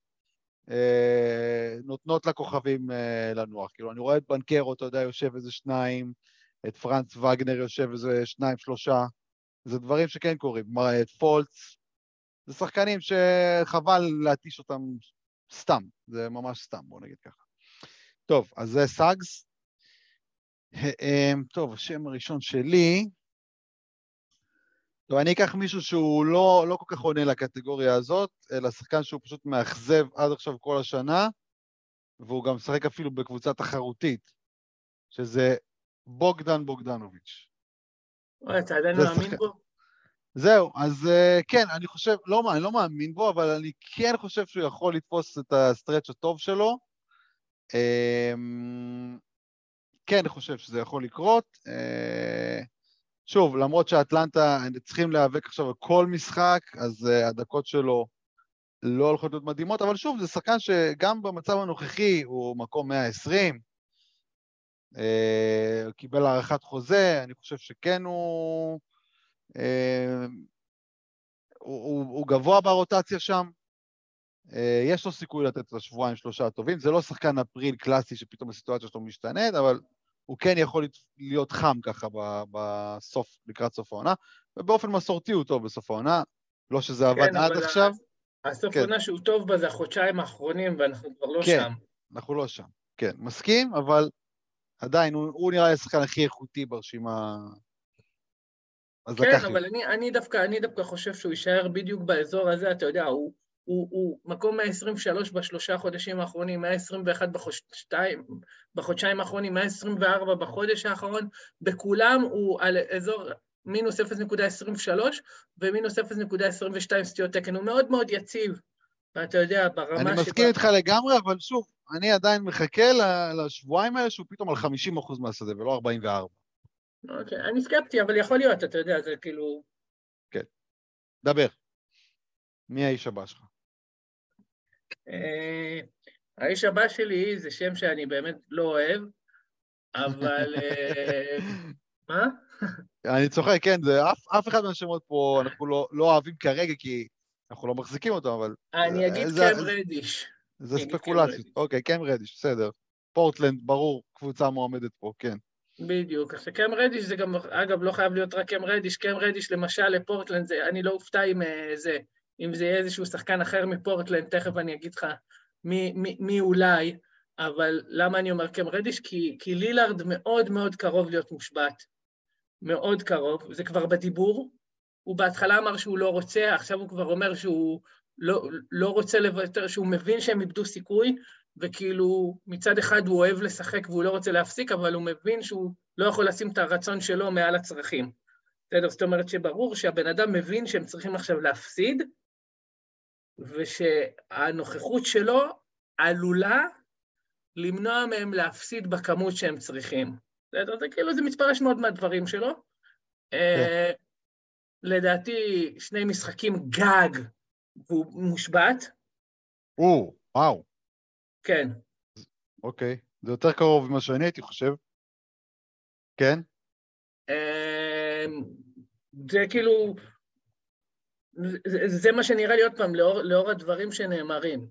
Speaker 1: נותנות לכוכבים לנוח, כאילו אני רואה את בנקרו, אתה יודע, יושב איזה שניים, את פרנץ וגנר יושב איזה שניים, שלושה, זה דברים שכן קורים, את פולץ, זה שחקנים שחבל להתיש אותם סתם, זה ממש סתם, בוא נגיד ככה. טוב, אז זה סאגס. טוב, השם הראשון שלי, טוב, אני אקח מישהו שהוא לא, לא כל כך עונה לקטגוריה הזאת, אלא שחקן שהוא פשוט מאכזב עד עכשיו כל השנה, והוא גם משחק אפילו בקבוצה תחרותית, שזה בוגדן בוגדנוביץ'.
Speaker 2: אוי, אתה עדיין לא מאמין בו?
Speaker 1: זהו, אז כן, אני חושב, לא, אני לא מאמין בו, אבל אני כן חושב שהוא יכול לתפוס את הסטרץ' הטוב שלו. כן, אני חושב שזה יכול לקרות. שוב, למרות שהאטלנטה צריכים להיאבק עכשיו על כל משחק, אז הדקות שלו לא הולכות להיות מדהימות, אבל שוב, זה שחקן שגם במצב הנוכחי הוא מקום מאה ועשרים, הוא קיבל הערכת חוזה, אני חושב שכן הוא, הוא, הוא, הוא גבוה ברוטציה שם, יש לו סיכוי לתת את השבועיים שלושה הטובים, זה לא שחקן אפריל קלאסי שפתאום הסיטואציה שלו משתנית, אבל הוא כן יכול להיות חם ככה בסוף, לקראת סוף העונה, ובאופן מסורתי הוא טוב בסוף העונה, לא שזה עבד כן, עד עכשיו.
Speaker 2: הסוף העונה כן. שהוא טוב בה זה החודשיים האחרונים, ואנחנו כבר לא
Speaker 1: כן,
Speaker 2: שם.
Speaker 1: אנחנו לא שם, כן, מסכים, אבל עדיין הוא, הוא נראה לי השחקן הכי איכותי ברשימה, אז
Speaker 2: כן,
Speaker 1: לקח לי.
Speaker 2: אבל אני, אני, דווקא, אני דווקא חושב שהוא יישאר בדיוק באזור הזה, אתה יודע, הוא, הוא, הוא מקום מאה עשרים ושלוש בשלושה חודשים האחרונים, מאה עשרים ואחת בחודשיים, בחודשיים האחרונים, מאה עשרים וארבע בחודש האחרון, בכולם הוא על אזור מינוס אפס נקודה עשרים ושלוש ומינוס אפס נקודה עשרים ושתיים סטיות תקן, הוא מאוד מאוד יציב, ואתה יודע, ברמה
Speaker 1: אני
Speaker 2: שבה...
Speaker 1: מסכים איתך לגמרי, אבל שוב, אני עדיין מחכה לשבועיים האלה שהוא פתאום על חמישים אחוז מהשדה, ולא ארבעים וארבע.
Speaker 2: אוקיי, אני סקפטי, אבל יכול להיות, אתה יודע, זה כאילו...
Speaker 1: כן. דבר. מי האיש הבא שלך?
Speaker 2: אה, האיש הבא שלי זה שם שאני באמת לא אוהב, אבל... אה, מה?
Speaker 1: אני צוחק, כן, זה אף, אף אחד מהשמות פה אנחנו לא, לא אוהבים כרגע, כי אנחנו לא מחזיקים אותם, אבל...
Speaker 2: אני אגיד
Speaker 1: זה,
Speaker 2: קם
Speaker 1: זה,
Speaker 2: רדיש.
Speaker 1: זה
Speaker 2: אני אגיד קם
Speaker 1: ספקולציות.
Speaker 2: רדיש.
Speaker 1: אוקיי, קם רדיש, בסדר. פורטלנד, ברור, קבוצה מועמדת פה, כן.
Speaker 2: בדיוק. עכשיו, קם רדיש זה גם, אגב, לא חייב להיות רק קם רדיש. קם רדיש, למשל, לפורטלנד, זה, אני לא אופתע אם אה, זה, אם זה יהיה איזשהו שחקן אחר מפורטלנד, תכף אני אגיד לך מי, מי, מי אולי, אבל למה אני אומר קם רדיש? כי, כי לילארד מאוד מאוד קרוב להיות מושבת. מאוד קרוב, זה כבר בדיבור. הוא בהתחלה אמר שהוא לא רוצה, עכשיו הוא כבר אומר שהוא לא, לא רוצה לוותר, שהוא מבין שהם איבדו סיכוי, וכאילו מצד אחד הוא אוהב לשחק והוא לא רוצה להפסיק, אבל הוא מבין שהוא לא יכול לשים את הרצון שלו מעל הצרכים. זאת אומרת שברור שהבן אדם מבין שהם צריכים עכשיו להפסיד, ושהנוכחות שלו עלולה למנוע מהם להפסיד בכמות שהם צריכים. זה כאילו זה מתפרש מאוד מהדברים שלו.
Speaker 1: כן.
Speaker 2: לדעתי שני משחקים גג והוא מושבת.
Speaker 1: או, וואו.
Speaker 2: כן.
Speaker 1: אוקיי, זה יותר קרוב ממה שאני הייתי חושב. כן?
Speaker 2: זה כאילו, זה, זה מה שנראה לי עוד פעם, לאור, לאור הדברים שנאמרים.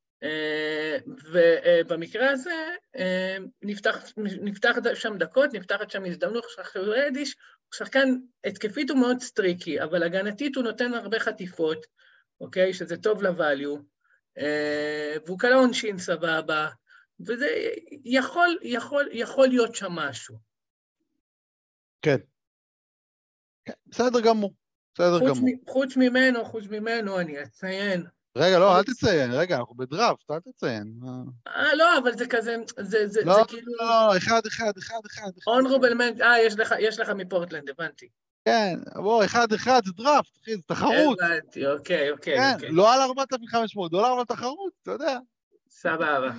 Speaker 2: ובמקרה הזה, נפתח, נפתח שם דקות, נפתחת שם הזדמנות, רדיש, שחקן התקפית הוא מאוד סטריקי, אבל הגנתית הוא נותן הרבה חטיפות, אוקיי? שזה טוב לוואליו, והוא קלה עונשין סבבה, וזה יכול, יכול, יכול להיות שם משהו.
Speaker 1: כן. בסדר גמור, בסדר
Speaker 2: חוץ
Speaker 1: גמור.
Speaker 2: מ, חוץ ממנו, חוץ ממנו, אני אציין.
Speaker 1: רגע, לא, אל תציין, רגע, אנחנו בדראפט, אל תציין.
Speaker 2: אה, לא, אבל זה כזה, זה, זה,
Speaker 1: לא,
Speaker 2: זה כאילו...
Speaker 1: לא, לא, אחד, אחד, אחד, אחד.
Speaker 2: אונרובל מנט, אה, יש לך, יש לך מפורטלנד, הבנתי.
Speaker 1: כן, בוא, אחד, אחד, זה דראפט, אחי, זה תחרות.
Speaker 2: הבנתי, אוקיי, אוקיי,
Speaker 1: כן,
Speaker 2: אוקיי.
Speaker 1: לא על ארבעת אלפים וחמש מאות דולר, אבל תחרות, אתה יודע.
Speaker 2: סבבה.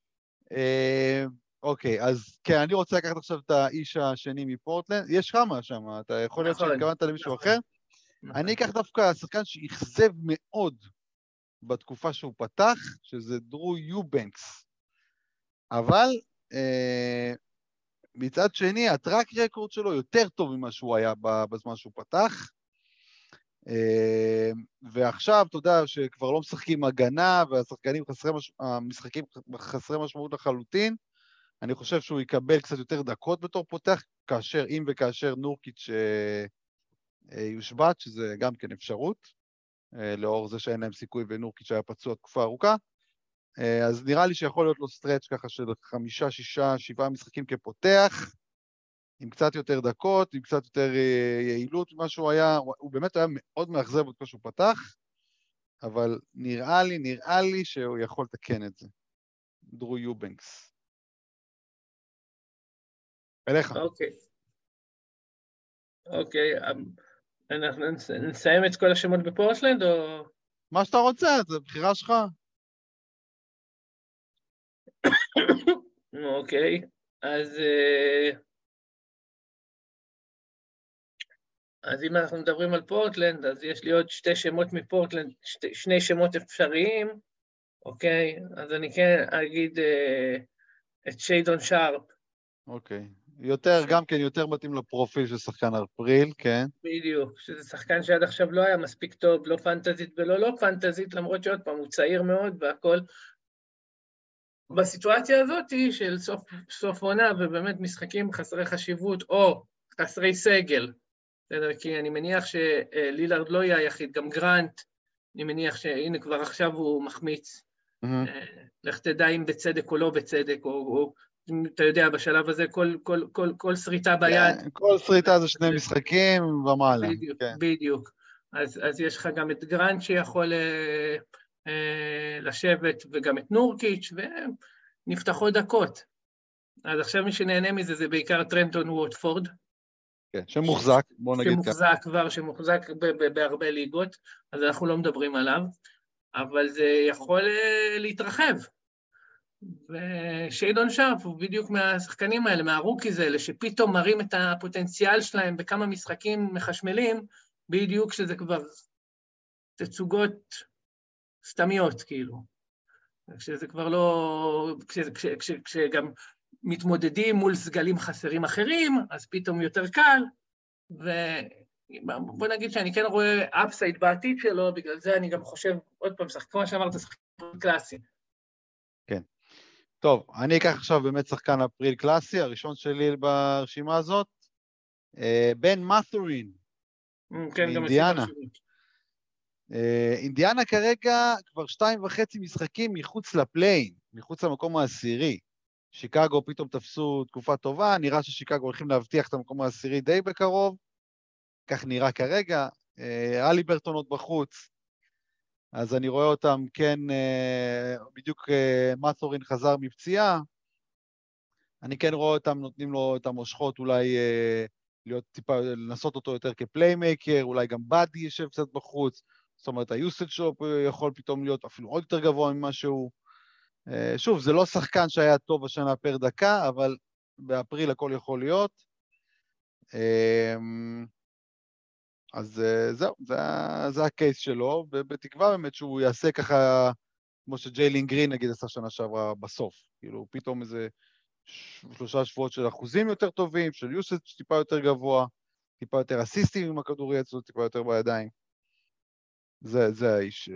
Speaker 1: אוקיי, אז כן, אני רוצה לקחת עכשיו את האיש השני מפורטלנד. יש כמה שם, אתה יכול להיות שהתכוונת למישהו אחר. אני אקח דווקא השחקן שיחזב מאוד בתקופה שהוא פתח, שזה דרו יובנקס. אבל אה, מצד שני, הטרק רקורד שלו יותר טוב ממה שהוא היה בזמן שהוא פתח. אה, ועכשיו, אתה יודע, שכבר לא משחקים הגנה, והשחקנים חסרי, מש... המשחקים חסרי משמעות לחלוטין, אני חושב שהוא יקבל קצת יותר דקות בתור פותח, כאשר, אם וכאשר נורקיץ' אה, אה, יושבת, שזה גם כן אפשרות. לאור זה שאין להם סיכוי ונורקיץ' היה פצוע תקופה ארוכה, אז נראה לי שיכול להיות לו סטרץ' ככה של חמישה, שישה, שבעה משחקים כפותח, עם קצת יותר דקות, עם קצת יותר יעילות ממה שהוא היה, הוא באמת היה מאוד מאכזב בתקופה שהוא פתח, אבל נראה לי, נראה לי שהוא יכול לתקן את זה. דרו יובנקס. אליך.
Speaker 2: אוקיי. אוקיי, אנחנו נסיים את כל השמות בפורטלנד, או...
Speaker 1: מה שאתה רוצה, זה בחירה שלך.
Speaker 2: אוקיי, אז... אז אם אנחנו מדברים על פורטלנד, אז יש לי עוד שתי שמות מפורטלנד, שתי, שני שמות אפשריים, אוקיי? אז אני כן אגיד אה, את שיידון שרפ.
Speaker 1: אוקיי. יותר, גם כן יותר מתאים לפרופיל של שחקן אפריל, כן.
Speaker 2: בדיוק, שזה שחקן שעד עכשיו לא היה מספיק טוב, לא פנטזית ולא לא פנטזית, למרות שעוד פעם הוא צעיר מאוד והכל. בסיטואציה הזאת של סוף, סוף עונה ובאמת משחקים חסרי חשיבות או חסרי סגל, כי אני מניח שלילארד לא יהיה היחיד, גם גרנט, אני מניח שהנה כבר עכשיו הוא מחמיץ, mm-hmm. לך תדע אם בצדק או לא בצדק, או, או אתה יודע, בשלב הזה כל, כל, כל, כל שריטה ביד.
Speaker 1: כן, כל שריטה זה שני משחקים ומעלה.
Speaker 2: בדיוק,
Speaker 1: כן.
Speaker 2: בדיוק. אז, אז יש לך גם את גרנט שיכול אה, אה, לשבת, וגם את נורקיץ', ונפתחות דקות. אז עכשיו מי שנהנה מזה זה בעיקר טרנטון ווטפורד.
Speaker 1: כן, שמוחזק, בוא נגיד ככה.
Speaker 2: שמוחזק כבר, שמוחזק בהרבה ליגות, אז אנחנו לא מדברים עליו, אבל זה יכול uh, להתרחב. ושיידון שרפ הוא בדיוק מהשחקנים האלה, מהרוקיז האלה, שפתאום מראים את הפוטנציאל שלהם בכמה משחקים מחשמלים, בדיוק שזה כבר תצוגות סתמיות, כאילו. כשזה כבר לא... כש, כש, כש, כשגם מתמודדים מול סגלים חסרים אחרים, אז פתאום יותר קל, ובוא נגיד שאני כן רואה אפסייד בעתיד שלו, בגלל זה אני גם חושב, עוד פעם, כמו שאמרת, שחקן קלאסי.
Speaker 1: כן. טוב, אני אקח עכשיו באמת שחקן אפריל קלאסי, הראשון שלי ברשימה הזאת, בן מת'ורין, מאינדיאנה. אינדיאנה כרגע כבר שתיים וחצי משחקים מחוץ לפליין, מחוץ למקום העשירי. שיקגו פתאום תפסו תקופה טובה, נראה ששיקגו הולכים להבטיח את המקום העשירי די בקרוב, כך נראה כרגע, אלי ברטונות בחוץ, אז אני רואה אותם, כן, בדיוק מת'ורין חזר מפציעה, אני כן רואה אותם, נותנים לו את המושכות, אולי להיות טיפה, לנסות אותו יותר כפליימייקר, אולי גם בדי ישב קצת בחוץ, זאת אומרת, היוסד שלו יכול פתאום להיות אפילו עוד יותר גבוה ממה שהוא, שוב, זה לא שחקן שהיה טוב השנה פר דקה, אבל באפריל הכל יכול להיות. אז זהו, זה, זה הקייס שלו, ובתקווה באמת שהוא יעשה ככה, כמו שג'יילין גרין נגיד עשה שנה שעברה בסוף. כאילו פתאום איזה שלושה שבועות של אחוזים יותר טובים, של יוסד טיפה יותר גבוה, טיפה יותר אסיסטים עם הכדור יצאו, טיפה יותר בידיים. זה, זה האיש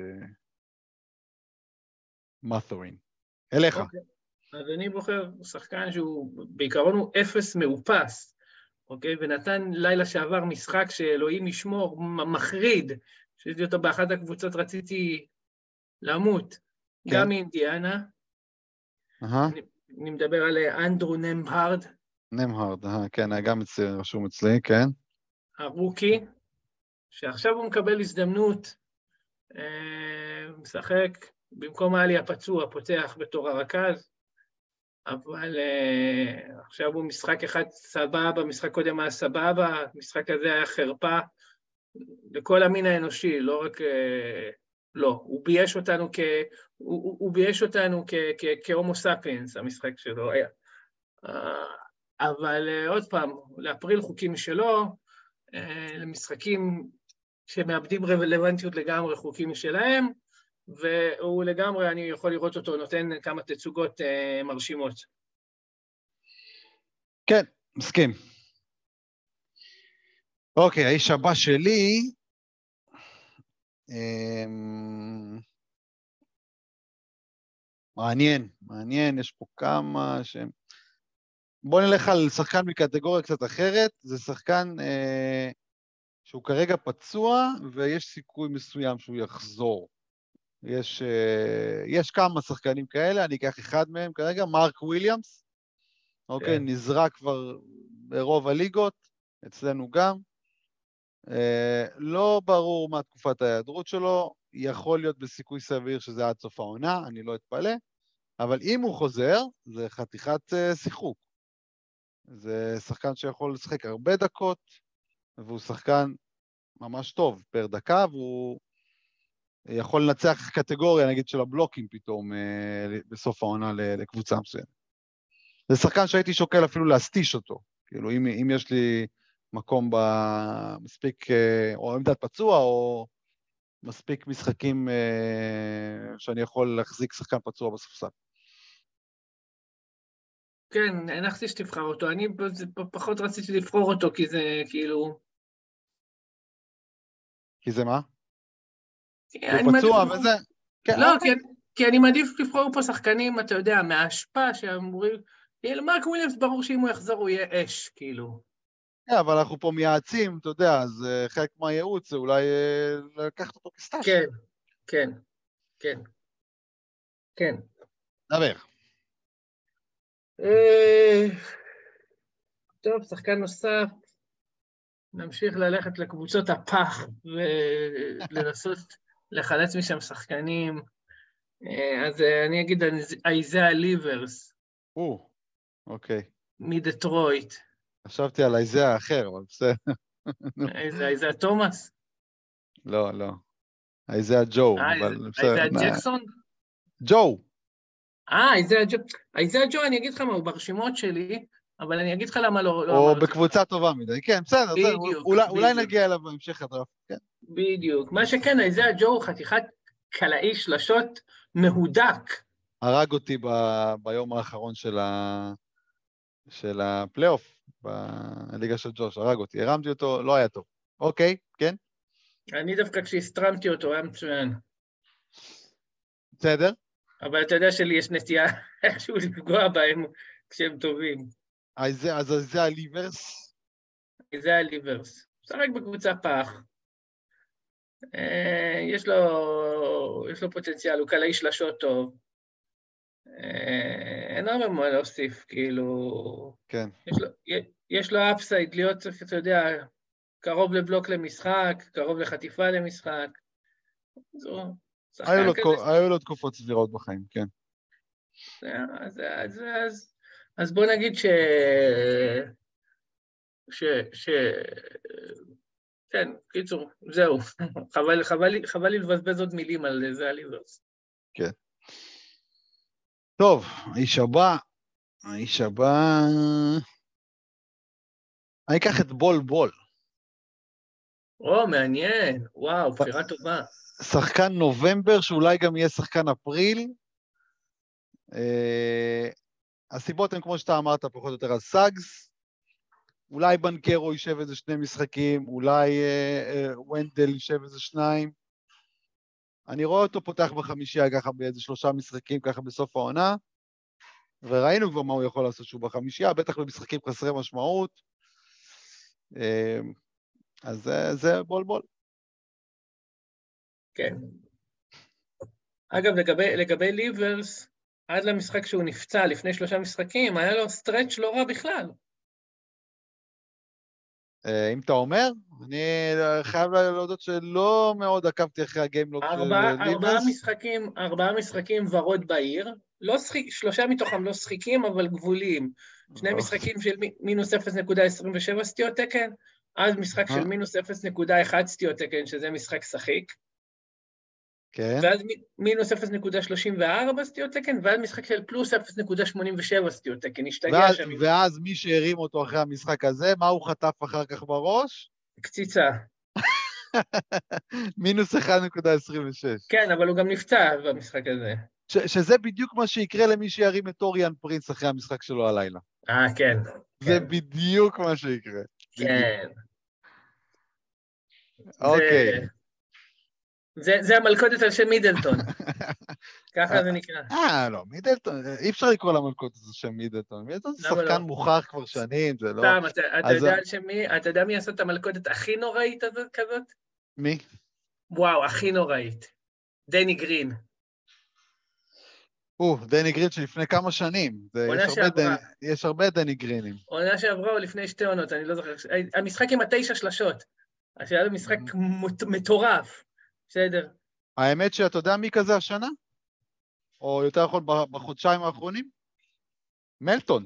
Speaker 1: מת'ורין. אליך.
Speaker 2: אוקיי. אז אני בוחר שחקן שהוא, בעיקרון הוא אפס מאופס, אוקיי? ונתן לילה שעבר משחק שאלוהים ישמור, מחריד, שהייתי אותו באחת הקבוצות, רציתי למות, כן. גם מאינדיאנה.
Speaker 1: Uh-huh.
Speaker 2: אני, אני מדבר על אנדרו נמהרד.
Speaker 1: נמהרד, uh-huh. כן, גם אצלי, רשום אצלי, כן.
Speaker 2: הרוקי, שעכשיו הוא מקבל הזדמנות, אה, משחק, במקום עלי הפצוע, פותח בתור הרכז, אבל uh, עכשיו הוא משחק אחד סבבה, משחק קודם היה סבבה, משחק הזה היה חרפה, לכל המין האנושי, לא רק... Uh, לא, הוא בייש אותנו כ... הוא, הוא, הוא בייש אותנו כ, כ, כהומו ספיאנס, המשחק שלו היה. Uh, אבל uh, עוד פעם, לאפריל חוקים שלו, uh, למשחקים שמאבדים רלוונטיות לגמרי חוקים משלהם, והוא לגמרי, אני יכול לראות אותו, נותן כמה תצוגות uh, מרשימות.
Speaker 1: כן, מסכים. אוקיי, האיש הבא שלי, אמ... מעניין, מעניין, יש פה כמה שהם... בוא נלך על שחקן מקטגוריה קצת אחרת, זה שחקן אה, שהוא כרגע פצוע, ויש סיכוי מסוים שהוא יחזור. יש, יש כמה שחקנים כאלה, אני אקח אחד מהם כרגע, מרק וויליאמס, אוקיי, כן. נזרק כבר ברוב הליגות, אצלנו גם, לא ברור מה תקופת ההיעדרות שלו, יכול להיות בסיכוי סביר שזה עד סוף העונה, אני לא אתפלא, אבל אם הוא חוזר, זה חתיכת שיחוק. זה שחקן שיכול לשחק הרבה דקות, והוא שחקן ממש טוב פר דקה, והוא יכול לנצח קטגוריה, נגיד, של הבלוקים פתאום, בסוף העונה לקבוצה מסוימת. זה שחקן שהייתי שוקל אפילו להסתיש אותו, כאילו, אם, אם יש לי מקום במספיק, או עמדת פצוע, או מספיק משחקים שאני יכול להחזיק שחקן פצוע בספסל.
Speaker 2: כן, הנחתי שתבחר אותו, אני פחות רציתי לבחור אותו, כי זה כאילו...
Speaker 1: כי זה מה? הוא פצוע וזה...
Speaker 2: לא, כי אני מעדיף לבחור פה שחקנים, אתה יודע, מההשפעה שאמורים... מרק וויליאמס ברור שאם הוא יחזור הוא יהיה אש, כאילו.
Speaker 1: כן, אבל אנחנו פה מייעצים, אתה יודע, אז חלק מהייעוץ זה אולי לקחת אותו כסטאש.
Speaker 2: כן, כן, כן, כן.
Speaker 1: דבר.
Speaker 2: טוב, שחקן נוסף, נמשיך ללכת לקבוצות הפח ולנסות לחלץ משם שחקנים. אז אני אגיד איזאה ליברס.
Speaker 1: או, אוקיי.
Speaker 2: מדטרויט.
Speaker 1: חשבתי על איזאה האחר, אבל בסדר.
Speaker 2: איזאה תומאס?
Speaker 1: לא, לא. איזאה ג'ו.
Speaker 2: איזאה ג'קסון?
Speaker 1: ג'ו.
Speaker 2: אה, איזאה ג'ו. איזאה ג'ו, אני אגיד לך מה, הוא ברשימות שלי, אבל אני אגיד לך למה לא...
Speaker 1: או בקבוצה טובה מדי, כן, בסדר, אולי נגיע אליו בהמשך הדרף, כן.
Speaker 2: בדיוק. מה שכן, איזאה ג'ו הוא חתיכת קלעי שלשות מהודק.
Speaker 1: הרג אותי ביום האחרון של הפלייאוף, בליגה של ג'וש, הרג אותי, הרמתי אותו, לא היה טוב. אוקיי, כן?
Speaker 2: אני דווקא כשהסטרמתי אותו, היה מצוין.
Speaker 1: בסדר.
Speaker 2: אבל אתה יודע שלי יש נטייה איכשהו לפגוע בהם כשהם טובים.
Speaker 1: אז זה הליברס?
Speaker 2: זה הליברס. שחק בקבוצה פח. יש לו, יש לו פוטנציאל, הוא קלעי שלשות טוב. אין הרבה מה להוסיף, כאילו...
Speaker 1: כן.
Speaker 2: יש לו, יש לו אפסייד להיות, אתה יודע, קרוב לבלוק למשחק, קרוב לחטיפה למשחק. זו...
Speaker 1: היו לו תקופות סבירות בחיים, כן.
Speaker 2: אז, אז, אז, אז בוא נגיד ש... ש... ש... כן, קיצור, זהו. חבל, חבל, חבל לי לבזבז עוד מילים על זה הליברס.
Speaker 1: כן. טוב, האיש הבא, האיש הבא... אני אקח את בול בול.
Speaker 2: או, מעניין. וואו, בחירה טובה.
Speaker 1: שחקן נובמבר, שאולי גם יהיה שחקן אפריל. הסיבות הן כמו שאתה אמרת, פחות או יותר על סאגס. אולי בנקרו יישב איזה שני משחקים, אולי ונדל יישב איזה שניים. אני רואה אותו פותח בחמישייה ככה באיזה שלושה משחקים, ככה בסוף העונה, וראינו כבר מה הוא יכול לעשות שהוא בחמישייה, בטח במשחקים חסרי משמעות. אז זה, זה בול בול.
Speaker 2: כן. אגב, לגבי, לגבי ליברס, עד למשחק שהוא נפצע לפני שלושה משחקים, היה לו סטרץ' לא רע בכלל.
Speaker 1: אם אתה אומר, אני חייב להודות שלא מאוד עקבתי אחרי הגיימלוג של ליברס.
Speaker 2: ארבעה משחקים, ארבעה משחקים ורוד בעיר, לא שחיק, שלושה מתוכם לא שחיקים, אבל גבוליים. שני משחקים של מינוס אפס נקודה עשרים ושבע סטיות תקן, אז משחק של מינוס אפס נקודה אחת סטיות תקן, שזה משחק שחיק.
Speaker 1: כן.
Speaker 2: ואז מינוס אפס נקודה שלושים וארבע סטיות תקן, ואז משחק של פלוס אפס נקודה שמונים ושבע סטיות תקן, השתגע שם.
Speaker 1: ואז מי שהרים אותו אחרי המשחק הזה, מה הוא חטף אחר כך בראש?
Speaker 2: קציצה.
Speaker 1: מינוס אחת נקודה עשרים ושש.
Speaker 2: כן, אבל הוא גם נפצע במשחק הזה.
Speaker 1: ש- שזה בדיוק מה שיקרה למי שירים את אוריאן פרינס אחרי המשחק שלו הלילה.
Speaker 2: אה, כן.
Speaker 1: זה
Speaker 2: כן.
Speaker 1: בדיוק מה שיקרה.
Speaker 2: כן.
Speaker 1: אוקיי.
Speaker 2: זה... זה, זה המלכודת על שם מידלטון. ככה זה נקרא.
Speaker 1: אה, לא, מידלטון, אי אפשר לקרוא למלכודת על שם מידלטון. מידלטון זה שחקן מוכח כבר שנים, זה לא...
Speaker 2: סתם, אתה יודע על שם מי? אתה יודע מי עשה את המלכודת הכי נוראית הזאת כזאת?
Speaker 1: מי?
Speaker 2: וואו, הכי נוראית. דני גרין.
Speaker 1: או, דני גרין שלפני כמה שנים. יש הרבה דני גרינים.
Speaker 2: עונה שעברה או לפני שתי עונות, אני לא זוכר. המשחק עם התשע שלשות. אז היה לו משחק מטורף. בסדר.
Speaker 1: האמת שאתה יודע מי כזה השנה? או יותר נכון בחודשיים האחרונים? מלטון.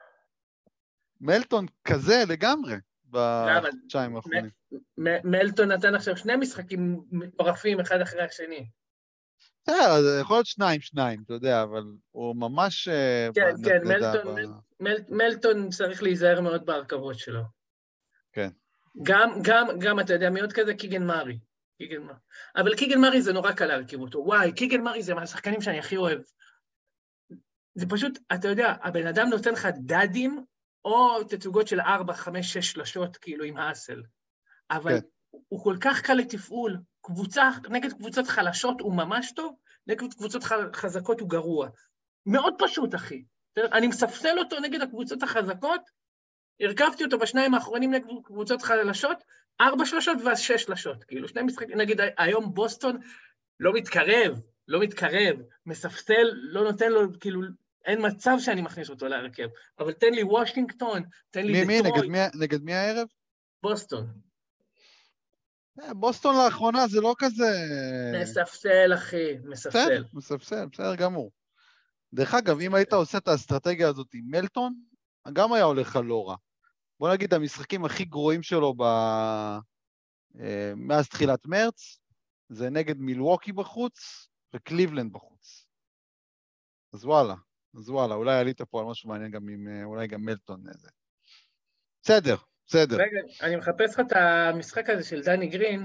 Speaker 1: מלטון כזה לגמרי בחודשיים האחרונים.
Speaker 2: מלטון נתן עכשיו שני משחקים מטורפים אחד אחרי השני.
Speaker 1: בסדר, יכול להיות שניים, שניים, אתה יודע, אבל הוא ממש...
Speaker 2: כן, כן, מלטון צריך להיזהר מאוד בהרכבות שלו.
Speaker 1: כן.
Speaker 2: גם, אתה יודע, מי עוד כזה? קיגן מארי. קיגן מארי. אבל קיגן מארי זה נורא קל להרכיב אותו. וואי, קיגן מארי זה מהשחקנים שאני הכי אוהב. זה פשוט, אתה יודע, הבן אדם נותן לך דדים, או תצוגות של ארבע, חמש, שש שלשות, כאילו עם האסל. אבל הוא כל כך קל לתפעול. קבוצה, נגד קבוצות חלשות הוא ממש טוב, נגד קבוצות חזקות הוא גרוע. מאוד פשוט, אחי. אני מספסל אותו נגד הקבוצות החזקות, הרכבתי אותו בשניים האחרונים נגד קבוצות חלשות, ארבע שלשות ואז שש שלשות. כאילו, שני משחקים, נגיד, היום בוסטון לא מתקרב, לא מתקרב, מספסל, לא נותן לו, כאילו, אין מצב שאני מכניס אותו להרכב, אבל תן לי וושינגטון, תן לי
Speaker 1: מי, מי, נגד
Speaker 2: דטרויט,
Speaker 1: מי, נגד מי הערב?
Speaker 2: בוסטון.
Speaker 1: אה, בוסטון לאחרונה זה לא כזה...
Speaker 2: מספסל, אחי,
Speaker 1: בסדר,
Speaker 2: מספסל.
Speaker 1: בסדר, בסדר גמור. דרך אגב, אם היית עושה את האסטרטגיה הזאת עם מלטון, גם היה הולך על לא רע. בוא נגיד, המשחקים הכי גרועים שלו ב... אה, מאז תחילת מרץ, זה נגד מילווקי בחוץ וקליבלנד בחוץ. אז וואלה, אז וואלה, אולי עלית פה על משהו מעניין גם עם, אה, אולי גם מלטון. איזה. בסדר, בסדר.
Speaker 2: רגע, אני מחפש לך את המשחק הזה של דני גרין.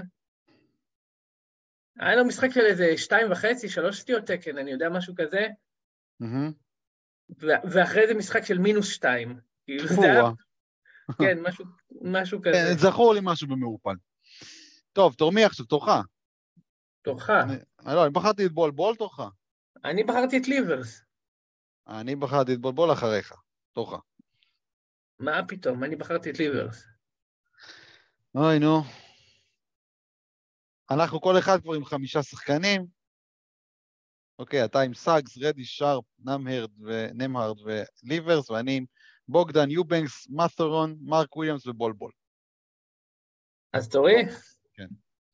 Speaker 2: היה לו משחק של איזה שתיים וחצי, שלוש סטיות תקן, אני יודע משהו כזה,
Speaker 1: Mm-hmm.
Speaker 2: ו- ואחרי זה משחק של מינוס שתיים. כאילו זה היה, כן, משהו, משהו כזה.
Speaker 1: כן, זכור לי משהו במעופל. טוב, תורמי עכשיו, תורך.
Speaker 2: תורך.
Speaker 1: אני, לא, אני בחרתי את בול בול, תורך.
Speaker 2: אני בחרתי את ליברס.
Speaker 1: אני בחרתי את בול בול אחריך, תורך.
Speaker 2: מה פתאום? אני בחרתי את ליברס.
Speaker 1: אוי, נו. אנחנו כל אחד כבר עם חמישה שחקנים. אוקיי, אתה עם סאגס, רדי, שרפ, נמהרד ונמהרד וליברס, ואני עם בוגדן, יובנקס, מת'רון, מרק וויליאמס ובול בול.
Speaker 2: אז תורי?
Speaker 1: כן.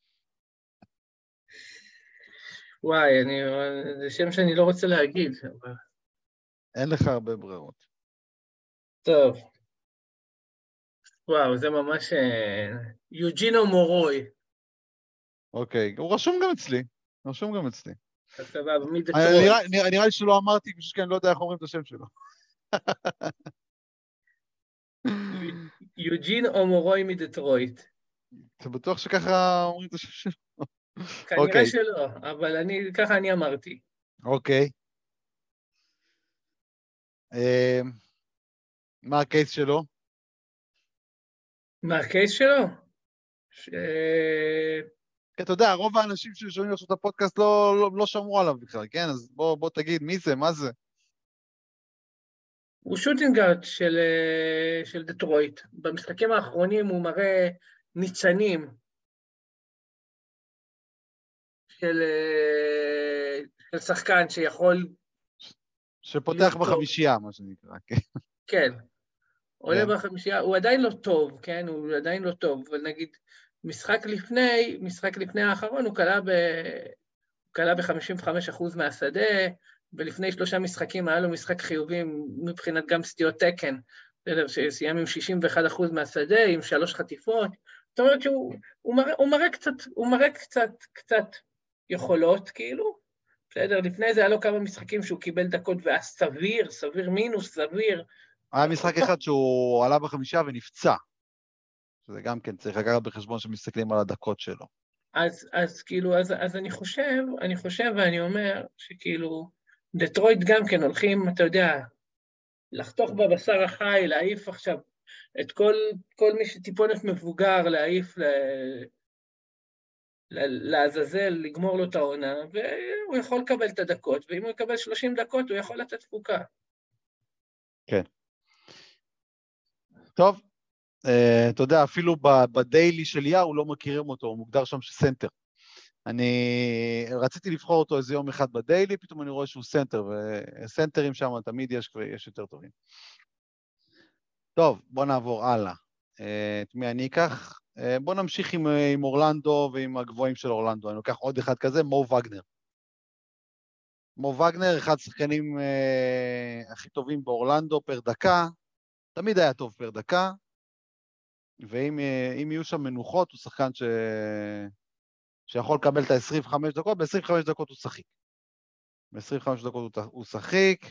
Speaker 2: וואי, אני, זה שם שאני לא רוצה להגיד. אבל...
Speaker 1: אין לך הרבה ברירות.
Speaker 2: טוב. וואו, זה ממש... יוג'ינו מורוי.
Speaker 1: אוקיי, הוא רשום גם אצלי. רשום גם אצלי.
Speaker 2: אז סבבה, מדטרויט.
Speaker 1: נראה, נראה, נראה לי שלא אמרתי, פשוט כי אני לא יודע איך אומרים את השם שלו.
Speaker 2: יוג'ין אומורוי מדטרויט.
Speaker 1: אתה בטוח שככה אומרים את השם שלו?
Speaker 2: כנראה
Speaker 1: אוקיי.
Speaker 2: שלא, אבל אני, ככה אני אמרתי.
Speaker 1: אוקיי. אה, מה הקייס שלו?
Speaker 2: מה הקייס שלו? ש...
Speaker 1: כי אתה יודע, רוב האנשים ששומעים עכשיו את הפודקאסט לא, לא, לא שמעו עליו בכלל, כן? אז בוא, בוא תגיד, מי זה, מה זה?
Speaker 2: הוא שוטינגארד של, של דטרויט. במשחקים האחרונים הוא מראה ניצנים של, של שחקן שיכול...
Speaker 1: שפותח בחמישייה, מה שנקרא, כן.
Speaker 2: כן. עולה בחמישייה, הוא עדיין לא טוב, כן? הוא עדיין לא טוב, אבל נגיד, משחק לפני, משחק לפני האחרון, הוא קלה ב... הוא קלה ב-חמישים וחמישה אחוז מהשדה, ולפני שלושה משחקים היה לו משחק חיובי מבחינת גם סטיות תקן, שסיים עם שישים ואחד אחוז מהשדה, עם שלוש חטיפות. זאת אומרת שהוא הוא מראה, הוא מראה קצת, הוא מראה קצת, קצת יכולות, כאילו. בסדר, לפני זה היה לו כמה משחקים שהוא קיבל דקות, והיה סביר, סביר מינוס, סביר.
Speaker 1: היה משחק אחד שהוא עלה בחמישייה ונפצע. שזה גם כן צריך לקחת בחשבון שמסתכלים על הדקות שלו.
Speaker 2: אז, אז כאילו, אז, אז אני חושב, אני חושב ואני אומר שכאילו, דטרויט גם כן הולכים, אתה יודע, לחתוך בבשר החי, להעיף עכשיו את כל, כל מי שטיפונת מבוגר, להעיף ל, ל, לעזאזל, לגמור לו את העונה, והוא יכול לקבל את הדקות, ואם הוא יקבל שלושים דקות, הוא יכול לתת תפוקה.
Speaker 1: כן. טוב. Uh, אתה יודע, אפילו בדיילי של יאו לא מכירים אותו, הוא מוגדר שם שסנטר. אני רציתי לבחור אותו איזה יום אחד בדיילי, פתאום אני רואה שהוא סנטר, וסנטרים שם תמיד יש, יש יותר טובים. טוב, בוא נעבור הלאה. Uh, את מי אני אקח? Uh, בוא נמשיך עם, עם אורלנדו ועם הגבוהים של אורלנדו. אני לוקח עוד אחד כזה, מו וגנר. מו וגנר, אחד השחקנים uh, הכי טובים באורלנדו פר דקה, תמיד היה טוב פר דקה, ואם אם יהיו שם מנוחות, הוא שחקן ש... שיכול לקבל את ה-עשרים וחמש דקות, ב-עשרים וחמש דקות הוא שחיק. ב-עשרים וחמש דקות הוא שחיק.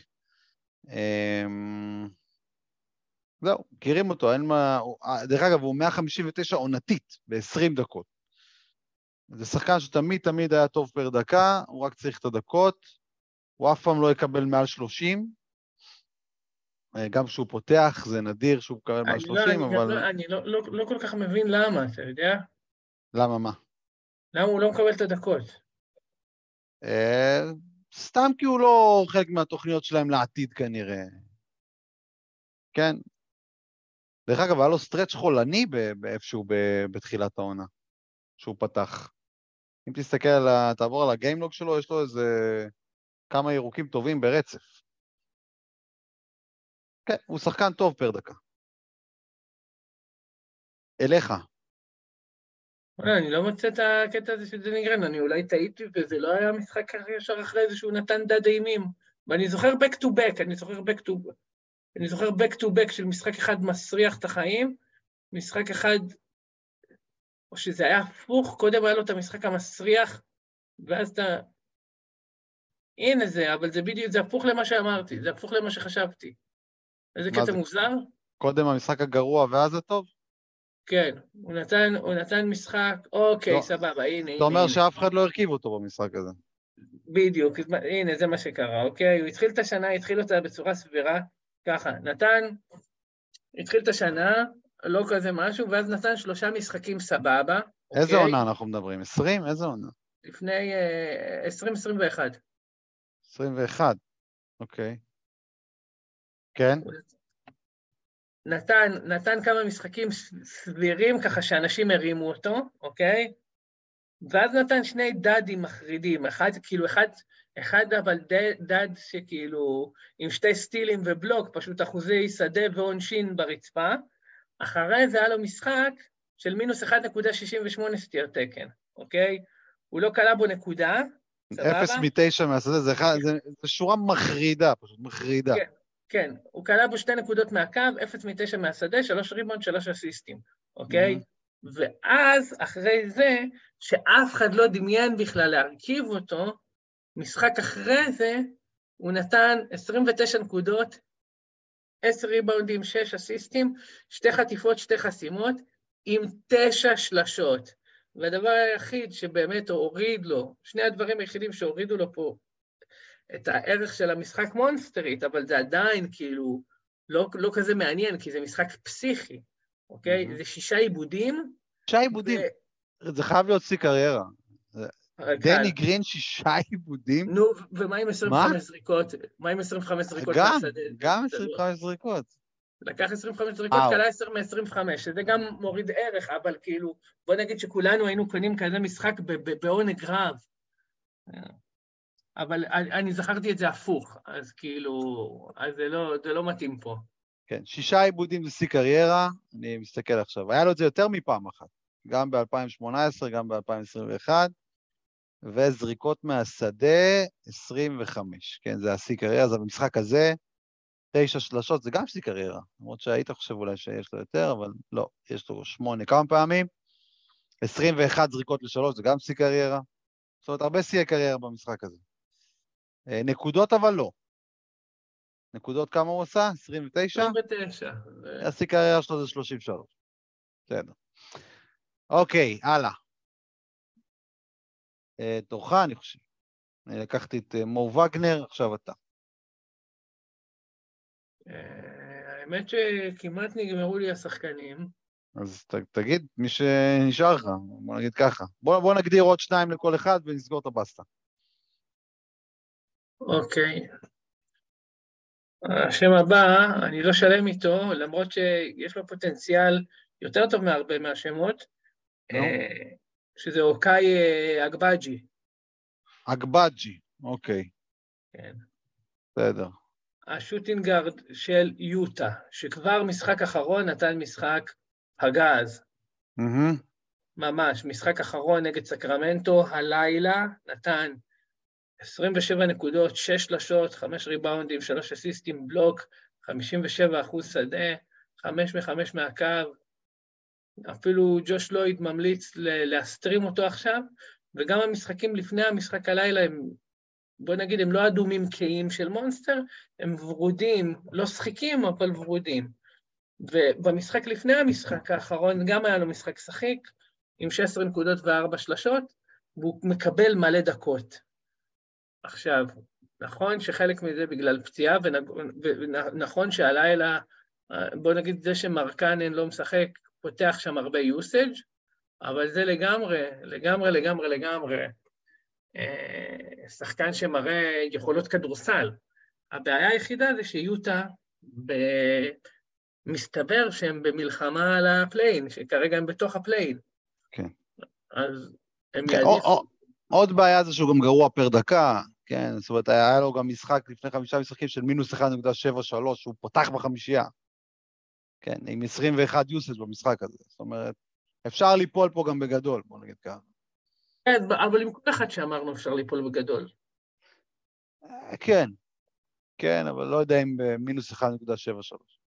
Speaker 1: זהו, מכירים אותו, אין מה... דרך אגב, הוא מאה חמישים ותשע עונתית, ב-עשרים דקות. זה שחקן שתמיד תמיד היה טוב פר דקה, הוא רק צריך את הדקות, הוא אף פעם לא יקבל מעל שלושים, גם כשהוא פותח, זה נדיר שהוא מקבל מעל שלושים, אבל...
Speaker 2: לא, אני לא, לא, לא כל כך מבין למה, אתה יודע?
Speaker 1: למה מה?
Speaker 2: למה הוא לא מקבל את הדקות?
Speaker 1: סתם כי הוא לא חלק מהתוכניות שלהם לעתיד כנראה. כן. דרך אגב, היה לו סטרץ' חולני באיפשהו בתחילת העונה, שהוא פתח. אם תסתכל על ה... תעבור על הגיימלוג שלו, יש לו איזה כמה ירוקים טובים ברצף. כן, הוא שחקן טוב פר דקה. אליך.
Speaker 2: אני לא מוצא את הקטע הזה של דניגרן, אני אולי טעיתי, וזה לא היה משחק ישר אחרי זה שהוא נתן דד אימים. ואני זוכר back to back, אני זוכר back to back. אני זוכר back to back של משחק אחד מסריח את החיים, משחק אחד, או שזה היה הפוך, קודם היה לו את המשחק המסריח, ואז אתה... הנה זה, אבל זה בדיוק, זה הפוך למה שאמרתי, זה הפוך למה שחשבתי. איזה קטע מוזר?
Speaker 1: קודם המשחק הגרוע ואז הטוב?
Speaker 2: כן, הוא נתן, הוא נתן משחק, אוקיי, סבבה, הנה, הנה.
Speaker 1: אתה אומר שאף אחד לא הרכיב אותו במשחק הזה.
Speaker 2: בדיוק, הנה, זה מה שקרה, אוקיי? הוא התחיל את השנה, התחיל אותה בצורה סבירה, ככה, נתן, התחיל את השנה, לא כזה משהו, ואז נתן שלושה משחקים סבבה.
Speaker 1: איזה
Speaker 2: אוקיי?
Speaker 1: עונה אנחנו מדברים? עשרים? איזה עונה?
Speaker 2: לפני uh, עשרים עשרים ואחת.
Speaker 1: עשרים ואחת, אוקיי. כן?
Speaker 2: נתן, נתן כמה משחקים סבירים, ככה שאנשים הרימו אותו, אוקיי? ואז נתן שני דדים מחרידים, אחד, כאילו, אחד, אחד אבל דד שכאילו, עם שתי סטילים ובלוק, פשוט אחוזי שדה ועונשין ברצפה, אחרי זה היה לו משחק של מינוס אחת נקודה שישים ושמונה סטיר תקן, אוקיי? הוא לא קלה בו נקודה, סבבה?
Speaker 1: אפס מתשע מהשדה, זה, זה, זה שורה מחרידה, פשוט מחרידה.
Speaker 2: כן, כן, הוא קלה בו שתי נקודות מהקו, אפס מתשע מהשדה, שלוש ריבאונד, שלוש אסיסטים, אוקיי? Mm-hmm. ואז, אחרי זה, שאף אחד לא דמיין בכלל להרכיב אותו, משחק אחרי זה, הוא נתן עשרים ותשע נקודות, עשר ריבאונדים, שש אסיסטים, שתי חטיפות, שתי חסימות, עם תשע שלשות. והדבר היחיד שבאמת הוריד לו, שני הדברים היחידים שהורידו לו פה, את הערך של המשחק מונסטרית, אבל זה עדיין כאילו לא, לא כזה מעניין, כי זה משחק פסיכי, אוקיי? Mm-hmm. זה שישה עיבודים.
Speaker 1: שישה עיבודים, ו... זה חייב להיות שיא קריירה. דני גרין שישה עיבודים?
Speaker 2: נו, ומה עם עשרים וחמש זריקות? מה עם עשרים וחמש זריקות?
Speaker 1: גם, גם עשרים וחמש זריקות.
Speaker 2: לקח עשרים וחמש זריקות, קלה עשר מ-עשרים וחמש, שזה גם מוריד ערך, אבל כאילו, בוא נגיד שכולנו היינו קונים כזה משחק בעונג רב. אבל אני זכרתי את זה הפוך, אז כאילו, אז זה לא, זה לא מתאים פה.
Speaker 1: כן, שישה עיבודים זה שיא קריירה, אני מסתכל עכשיו. היה לו את זה יותר מפעם אחת, גם ב-אלפיים שמונה עשרה, גם ב-אלפיים עשרים ואחת, וזריקות מהשדה, עשרים וחמש. כן, זה השיא קריירה, אז במשחק הזה, תשע שלשות, זה גם שיא קריירה. למרות שהיית חושב אולי שיש לו יותר, אבל לא, יש לו שמונה כמה פעמים. עשרים ואחת זריקות לשלוש, זה גם שיא קריירה. זאת אומרת, הרבה שיא קריירה במשחק הזה. נקודות אבל לא. נקודות כמה הוא עשה? עשרים ותשע?
Speaker 2: עשרים ותשע.
Speaker 1: השיא קריירה שלו זה שלושים ושלוש. בסדר. אוקיי, הלאה. תורך, אני חושב. אני לקחתי את מו וגנר, עכשיו אתה.
Speaker 2: האמת שכמעט נגמרו לי השחקנים.
Speaker 1: אז ת, תגיד, מי שנשאר לך, בוא נגיד ככה. בוא, בוא נגדיר עוד שניים לכל אחד ונסגור את הבסטה.
Speaker 2: אוקיי. השם הבא, אני לא שלם איתו, למרות שיש לו פוטנציאל יותר טוב מהרבה מהשמות,
Speaker 1: no.
Speaker 2: שזה אוקיי אגבאג'י.
Speaker 1: אגבאג'י, אוקיי.
Speaker 2: כן.
Speaker 1: בסדר.
Speaker 2: השוטינגארד של יוטה, שכבר משחק אחרון נתן משחק הגז.
Speaker 1: Mm-hmm.
Speaker 2: ממש, משחק אחרון נגד סקרמנטו, הלילה נתן עשרים ושבע נקודות, שש שלשות, חמש ריבאונדים, שלוש אסיסטים, בלוק, חמישים ושבע אחוז שדה, חמש מחמש מהקו. אפילו ג'וש לויד ממליץ להסטרים אותו עכשיו, וגם המשחקים לפני המשחק הלילה הם, בוא נגיד, הם לא אדומים קיים של מונסטר, הם ורודים, לא שחיקים, אבל ורודים. ובמשחק לפני המשחק האחרון, גם היה לו משחק שחיק, עם שש עשרה נקודות וארבע שלשות, והוא מקבל מלא דקות. עכשיו, נכון שחלק מזה בגלל פציעה, ונכון שהלילה, בוא נגיד זה שמרקנן לא משחק, פותח שם הרבה יוסאג', אבל זה לגמרי, לגמרי, לגמרי, לגמרי, שחקן שמראה יכולות כדורסל. הבעיה היחידה זה שיוטה, מסתבר שהם במלחמה על הפליין, שכרגע הם בתוך הפליין.
Speaker 1: כן.
Speaker 2: אז הם
Speaker 1: כן,
Speaker 2: יעדיפו.
Speaker 1: עוד בעיה זה שהוא גם גרוע פר דקה, כן, זאת אומרת, היה לו גם משחק לפני חמישה משחקים של מינוס אחת נקודה שבע שלוש, הוא פותח בחמישייה. כן, עם עשרים ואחת יוסאג' במשחק הזה. זאת אומרת, אפשר ליפול פה גם בגדול, בוא נגיד ככה.
Speaker 2: כן, אבל עם כל אחד שאמרנו אפשר ליפול בגדול.
Speaker 1: כן, כן, אבל לא יודע אם במינוס אחת נקודה שבע שלוש.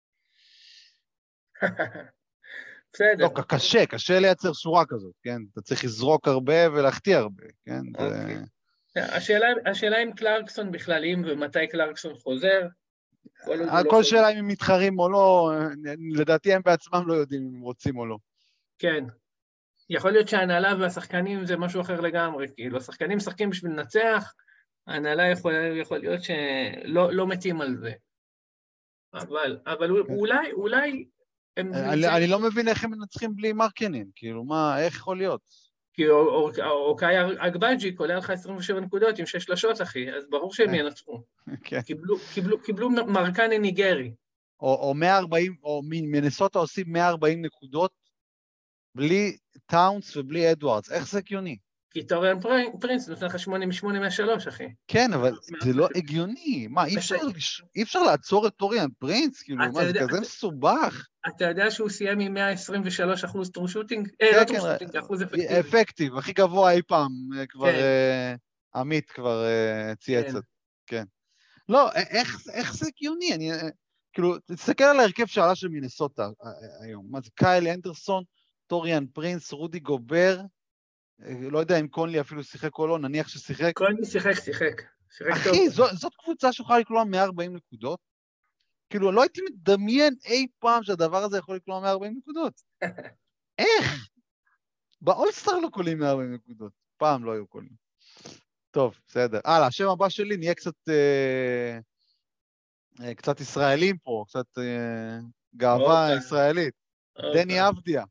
Speaker 2: בסדר.
Speaker 1: לא, קשה, קשה לייצר שורה כזאת, כן? אתה צריך לזרוק הרבה ולהחטיא הרבה, כן?
Speaker 2: אוקיי. השאלה, השאלה אם קלרקסון בכלל, אם ומתי קלרקסון חוזר,
Speaker 1: כל שאלה אם הם מתחרים או לא, לדעתי הם בעצמם לא יודעים אם הם רוצים או לא.
Speaker 2: כן. יכול להיות שההנהלה והשחקנים זה משהו אחר לגמרי, כאילו, השחקנים משחקים בשביל לנצח, ההנהלה יכול, יכול להיות שלא לא מתים על זה. אבל, אבל אולי, אולי...
Speaker 1: אני לא מבין איך הם מנצחים בלי מרקנין, כאילו, מה, איך יכול להיות?
Speaker 2: כי אוקיי אגבאג'י קולה לך עשרים ושבע נקודות עם שש שלשות, אחי, אז ברור שהם ינצחו. קיבלו מרקני ניגרי.
Speaker 1: או מאה וארבעים, או מנסוטה עושים מאה וארבעים נקודות, בלי טאונס ובלי אדוארדס, איך זה הגיוני?
Speaker 2: כי טוריאן פרינס נותן לך שמונה משמונה מהשלוש, אחי.
Speaker 1: כן, אבל זה לא הגיוני. מה, אי אפשר לעצור את טוריאן פרינס? כאילו, מה, זה כזה מסובך?
Speaker 2: אתה יודע שהוא סיים עם מאה עשרים ושלוש אחוז טרו שוטינג? אה, לא טרו שוטינג, אחוז אפקטיבי.
Speaker 1: אפקטיב, הכי גבוה אי פעם, כבר עמית כבר צייצת. כן. לא, איך זה הגיוני? אני, כאילו, תסתכל על ההרכב שעלה של מינסוטה היום. מה זה, קייל אנדרסון, טוריאן פרינס, רודי גובר, לא יודע אם קונלי אפילו שיחק או לא, נניח ששיחק.
Speaker 2: קונלי שיחק, שיחק.
Speaker 1: אחי, זאת קבוצה שיכולה לקלוע מאה וארבעים נקודות? כאילו, לא הייתי מדמיין אי פעם שהדבר הזה יכול לקלוע מאה וארבעים נקודות. איך? באולסטאר לא קולים מאה וארבעים נקודות. פעם לא היו קולים. טוב, בסדר. הלאה, השם הבא שלי נהיה קצת, אה, אה, קצת ישראלים פה, קצת אה, גאווה okay. ישראלית. Okay. דני אבדיה.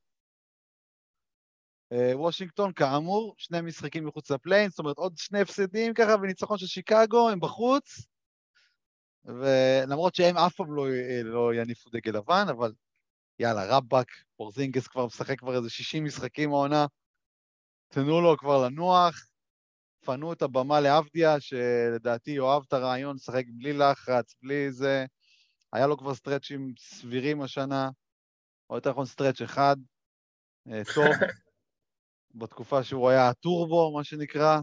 Speaker 1: אה, וושינגטון, כאמור, שני משחקים מחוץ לפליין, זאת אומרת, עוד שני הפסדים ככה, וניצחון של שיקגו, הם בחוץ, ולמרות שהם אף פעם לא, לא יניפו דגל לבן, אבל יאללה, רבק, פורזינגס כבר משחק כבר איזה שישים משחקים העונה, תנו לו כבר לנוח, פנו את הבמה לאבדיה, שלדעתי יאהב את הרעיון, שחק בלי לחץ, בלי זה, היה לו כבר סטרצ'ים סבירים השנה, או יותר נכון סטרצ' אחד, טוב, בתקופה שהוא היה הטורבו, מה שנקרא,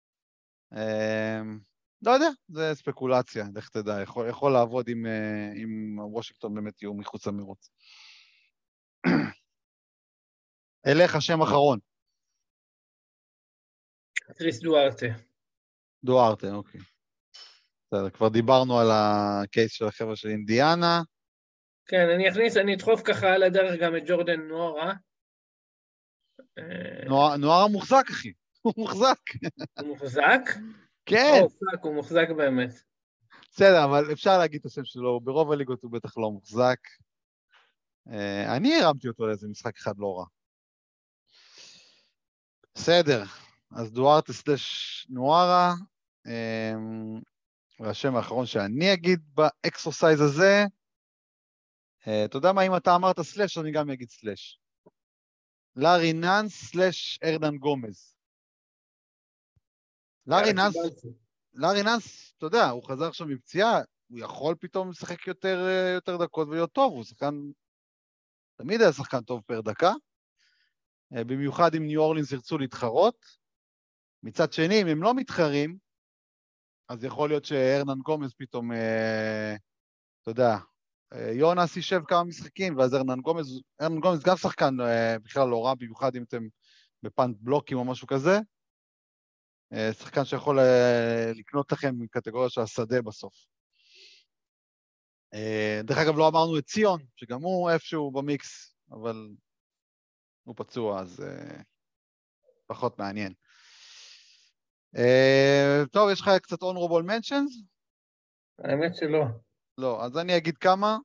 Speaker 1: לא יודע, זה ספקולציה, לך תדע, יכול, יכול לעבוד אם, אם וושינגטון באמת יהיו מחוץ למרוץ. אליך שם אחרון.
Speaker 2: קריס דוארטה.
Speaker 1: דוארטה, אוקיי. בסדר, כבר דיברנו על הקייס של החבר'ה של אינדיאנה.
Speaker 2: כן, אני אכניס, אני אדחוף ככה על הדרך גם את ג'ורדן נוארה.
Speaker 1: נוארה מוחזק, אחי. הוא מוחזק.
Speaker 2: הוא מוחזק?
Speaker 1: כן.
Speaker 2: הוא מוחזק, הוא מוחזק באמת.
Speaker 1: בסדר, אבל אפשר להגיד את השם שלו, ברוב הליגות הוא בטח לא מוחזק. אני הרמתי אותו לאיזה משחק אחד לא רע. בסדר, אז דוארטה סלש נוארה, והשם האחרון שאני אגיד באקסרסייז הזה, אתה יודע מה, אם אתה אמרת סלש, אני גם אגיד סלש. לארי נאנס סלש ארדן גומז. לארי נאנס, לארי נאנס, אתה יודע, הוא חזר עכשיו מפציעה, הוא יכול פתאום לשחק יותר, יותר דקות ולהיות טוב, הוא שחקן, תמיד היה שחקן טוב פר דקה, במיוחד אם ניו אורלינס ירצו להתחרות. מצד שני, אם הם לא מתחרים, אז יכול להיות שארנן גומז פתאום, אתה יודע, יונס יישב כמה משחקים, ואז ארנן גומז, ארנן גומז גם שחקן בכלל לא רע, במיוחד אם אתם בפאנט בלוקים או משהו כזה, שחקן שיכול לקנות לכם מקטגוריה של השדה בסוף. דרך אגב, לא אמרנו את ציון, שגם הוא איפשהו במיקס, אבל הוא פצוע, אז פחות מעניין. טוב, יש לך קצת honorable mentions?
Speaker 2: האמת שלא.
Speaker 1: לא, אז אני אגיד כמה.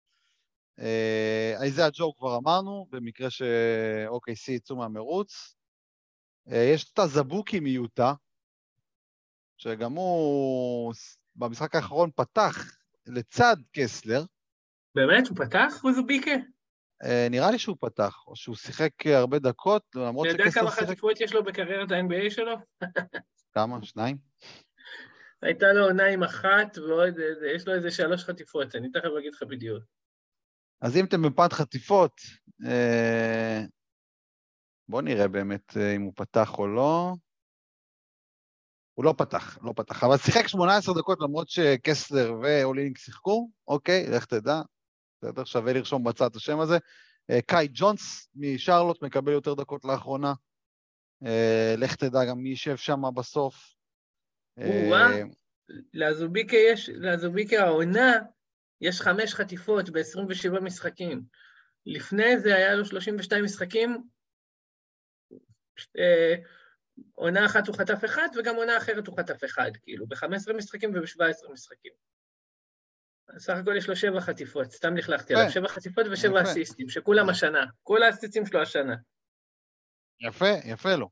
Speaker 1: איזיה ג'ו כבר אמרנו, במקרה ש-או קיי סי יצאו מהמרוץ. יש את הזבוקי מיוטה, שגם הוא במשחק האחרון פתח לצד קסלר.
Speaker 2: באמת? הוא פתח? הוא זביקה?
Speaker 1: נראה לי שהוא פתח, או שהוא שיחק הרבה דקות, למרות
Speaker 2: שקסלר שיחק... אתה יודע כמה חטיפות יש לו בקריירת ה-אן בי איי שלו?
Speaker 1: כמה? שניים?
Speaker 2: הייתה לו עונה עם אחת, ועוד, יש לו איזה שלוש חטיפות, אני תכף אגיד לך בדיוק.
Speaker 1: אז אם אתם בפן חטיפות, בואו נראה באמת אם הוא פתח או לא. הוא לא פתח, לא פתח, אבל שיחק שמונה עשרה דקות למרות שקסלר ואולינק שיחקו, אוקיי, לך תדע, בסדר, שווה לרשום בצד את השם הזה. קאי ג'ונס משרלוט מקבל יותר דקות לאחרונה, לך תדע גם מי יישב שם בסוף.
Speaker 2: לאזוביקה יש, לאזוביקה העונה, יש חמש חטיפות ב-עשרים ושבעה משחקים. לפני זה היה לו שלושים ושתיים משחקים, עונה אחת הוא חטף אחד, וגם עונה אחרת הוא חטף אחד, כאילו, ב-חמישה עשר משחקים וב-שבע עשרה משחקים. סך הכל יש לו שבע חטיפות, סתם נכלכתי עליו, שבע חטיפות ושבע אסיסטים, שכולם השנה, כל האסיסטים שלו השנה.
Speaker 1: יפה, יפה לו.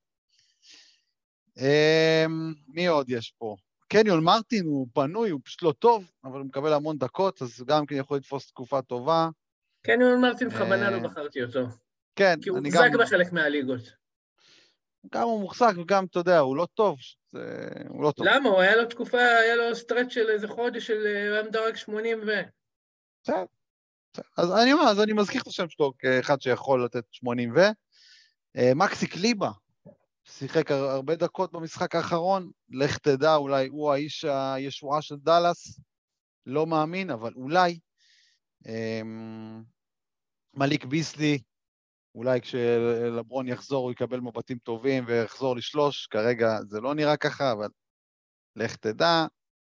Speaker 1: מי עוד יש פה? קניון מרטין הוא פנוי, הוא פשוט לא טוב, אבל הוא מקבל המון דקות, אז גם כן יכול לתפוס תקופה טובה.
Speaker 2: קניון מרטין בכוונה לא בחרתי אותו.
Speaker 1: כן,
Speaker 2: כי הוא מוחזק בחלק מהליגות.
Speaker 1: גם הוא מוחזק וגם, אתה יודע, הוא לא טוב. הוא לא טוב.
Speaker 2: למה? הוא היה לו תקופה, היה לו סטרט של איזה חודש של מדרג שמונים ו...
Speaker 1: בסדר. אז אני אומר, אז אני מזכיר את השם שלו כאחד שיכול לתת שמונים ו... מקסי קליבה. שיחק הרבה דקות במשחק האחרון, לך תדע, אולי הוא האיש הישועה של דלס, לא מאמין, אבל אולי. מליק ביסלי, אולי כשלברון יחזור הוא יקבל מבטים טובים ויחזור לשלוש, כרגע זה לא נראה ככה, אבל לך תדע.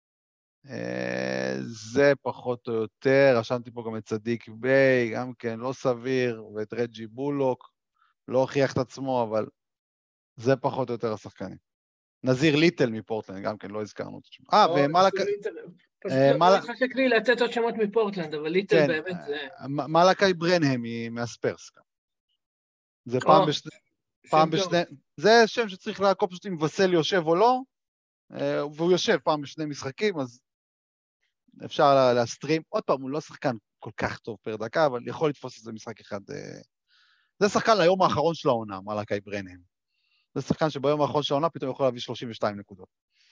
Speaker 1: זה פחות או יותר, רשמתי פה גם את צדיק ביי, גם כן לא סביר, ואת רג'י בולוק, לא הוכיח את עצמו, אבל זה פחות או יותר השחקנים. נזיר ליטל מפורטלנד, גם כן לא הזכרנו את שמו. אה, ומלאק...
Speaker 2: פשוט לא התחשק לי לתת עוד שמות מפורטלנד, אבל ליטל באמת זה...
Speaker 1: מלאקי ברנהם מהספרס. זה פעם בשני... פעם בשני... זה שם שצריך לעקוב פשוט אם וסל יושב או לא, והוא יושב פעם בשני משחקים, אז אפשר להסטרים. עוד פעם, הוא לא שחקן כל כך טוב פר דקה, אבל יכול לתפוס איזה משחק אחד. זה שחקן ליום האחרון של העונה, מלאקי ברנהם. זה שחקן שביום האחרון של העונה פתאום יכול להביא שלושים ושתיים נקודות.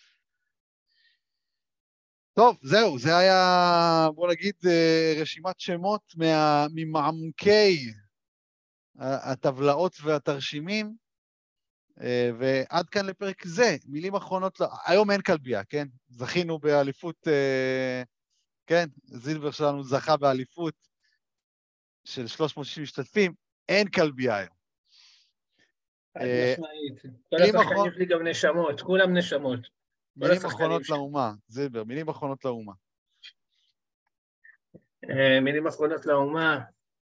Speaker 1: טוב, זהו, זה היה, בוא נגיד, רשימת שמות ממעמקי הטבלאות והתרשימים, ועד כאן לפרק זה, מילים אחרונות, היום אין כלבייה, כן? זכינו באליפות, כן? זילבר שלנו זכה באליפות של שלוש מאות ושישים משתתפים, אין כלבייה היום.
Speaker 2: כל השחקנים שלי גם נשמות, כולם נשמות.
Speaker 1: מילים אחרונות לאומה, זילבר, מילים אחרונות לאומה.
Speaker 2: מילים אחרונות לאומה.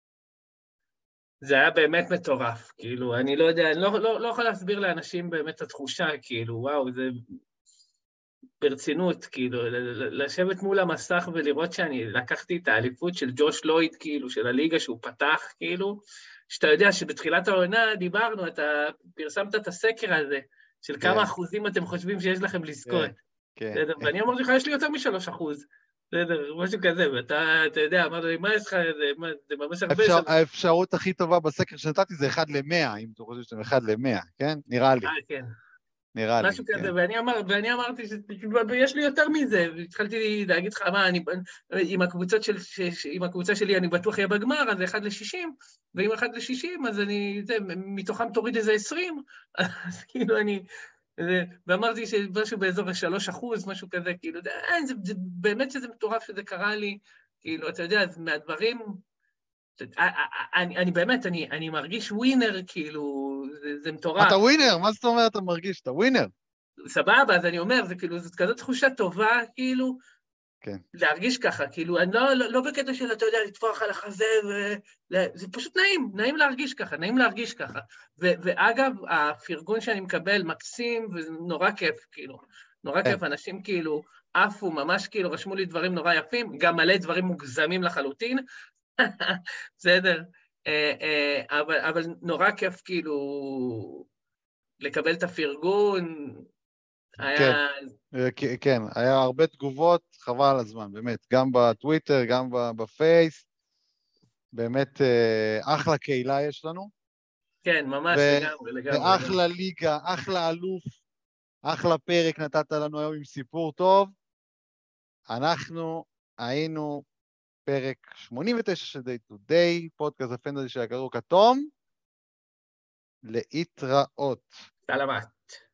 Speaker 2: זה היה באמת מטורף, כאילו, אני לא יודע, אני לא, לא, לא יכול להסביר לאנשים באמת את התחושה, כאילו, וואו, זה ברצינות, כאילו, לשבת מול המסך ולראות שאני לקחתי את האליפות של ג'וש לויד, כאילו, של הליגה שהוא פתח, כאילו, שאתה יודע שבתחילת העונה דיברנו, אתה פרסמת את הסקר הזה, של כמה אחוזים אתם חושבים שיש לכם לזכות. ואני אמרתי לך, יש לי יותר משלוש אחוז. בסדר, משהו כזה, ואתה, אתה יודע, אמרת לי, מה יש לך, זה ממש הרבה...
Speaker 1: האפשרות הכי טובה בסקר שנתתי זה אחד למאה, אם אתה חושב שאתם אחד למאה, כן? נראה לי.
Speaker 2: אה, כן.
Speaker 1: נראה לי,
Speaker 2: משהו כזה, ואני אמרתי שיש לי יותר מזה, והתחלתי להגיד לך, מה, עם הקבוצות של, עם הקבוצה שלי אני בטוח יהיה בגמר, אז זה אחד לשישים, ואם אחד לשישים, אז אני, זה, מתוכם תוריד איזה עשרים, אז כאילו אני... ואמרתי שמשהו באזור שלוש אחוז, משהו כזה, כאילו, אין, זה, זה באמת שזה מטורף שזה קרה לי, כאילו, אתה יודע, אז מהדברים, אני, אני באמת, אני, אני מרגיש ווינר, כאילו, זה, זה מטורף.
Speaker 1: אתה ווינר? מה זאת אומרת אתה מרגיש? אתה ווינר?
Speaker 2: סבבה, אז אני אומר, זה כאילו, זאת כזאת תחושה טובה, כאילו,
Speaker 1: כן.
Speaker 2: להרגיש ככה, כאילו, אני לא, לא, לא בקטע של, אתה יודע, לתפוח על החזה, ו... זה פשוט נעים, נעים להרגיש ככה, נעים להרגיש ככה. ו, ואגב, הפרגון שאני מקבל מקסים, וזה נורא כיף, כאילו, נורא כיף, אנשים כאילו, עפו, ממש כאילו, רשמו לי דברים נורא יפים, גם מלא דברים מוגזמים לחלוטין, בסדר, אבל, אבל נורא כיף, כאילו, לקבל את הפרגון, היה...
Speaker 1: כן, כן, היה הרבה תגובות, חבל על הזמן, באמת, גם בטוויטר, גם בפייס, באמת אחלה קהילה יש לנו.
Speaker 2: כן, ממש, לגמרי, לגמרי.
Speaker 1: ואחלה ליגה, אחלה אלוף, אחלה פרק נתת לנו היום עם סיפור טוב. אנחנו היינו פרק שמונים ותשע של Day to Day, פודקאסט הפנטזי של הכדור הכתום. להתראות.
Speaker 2: סלמת.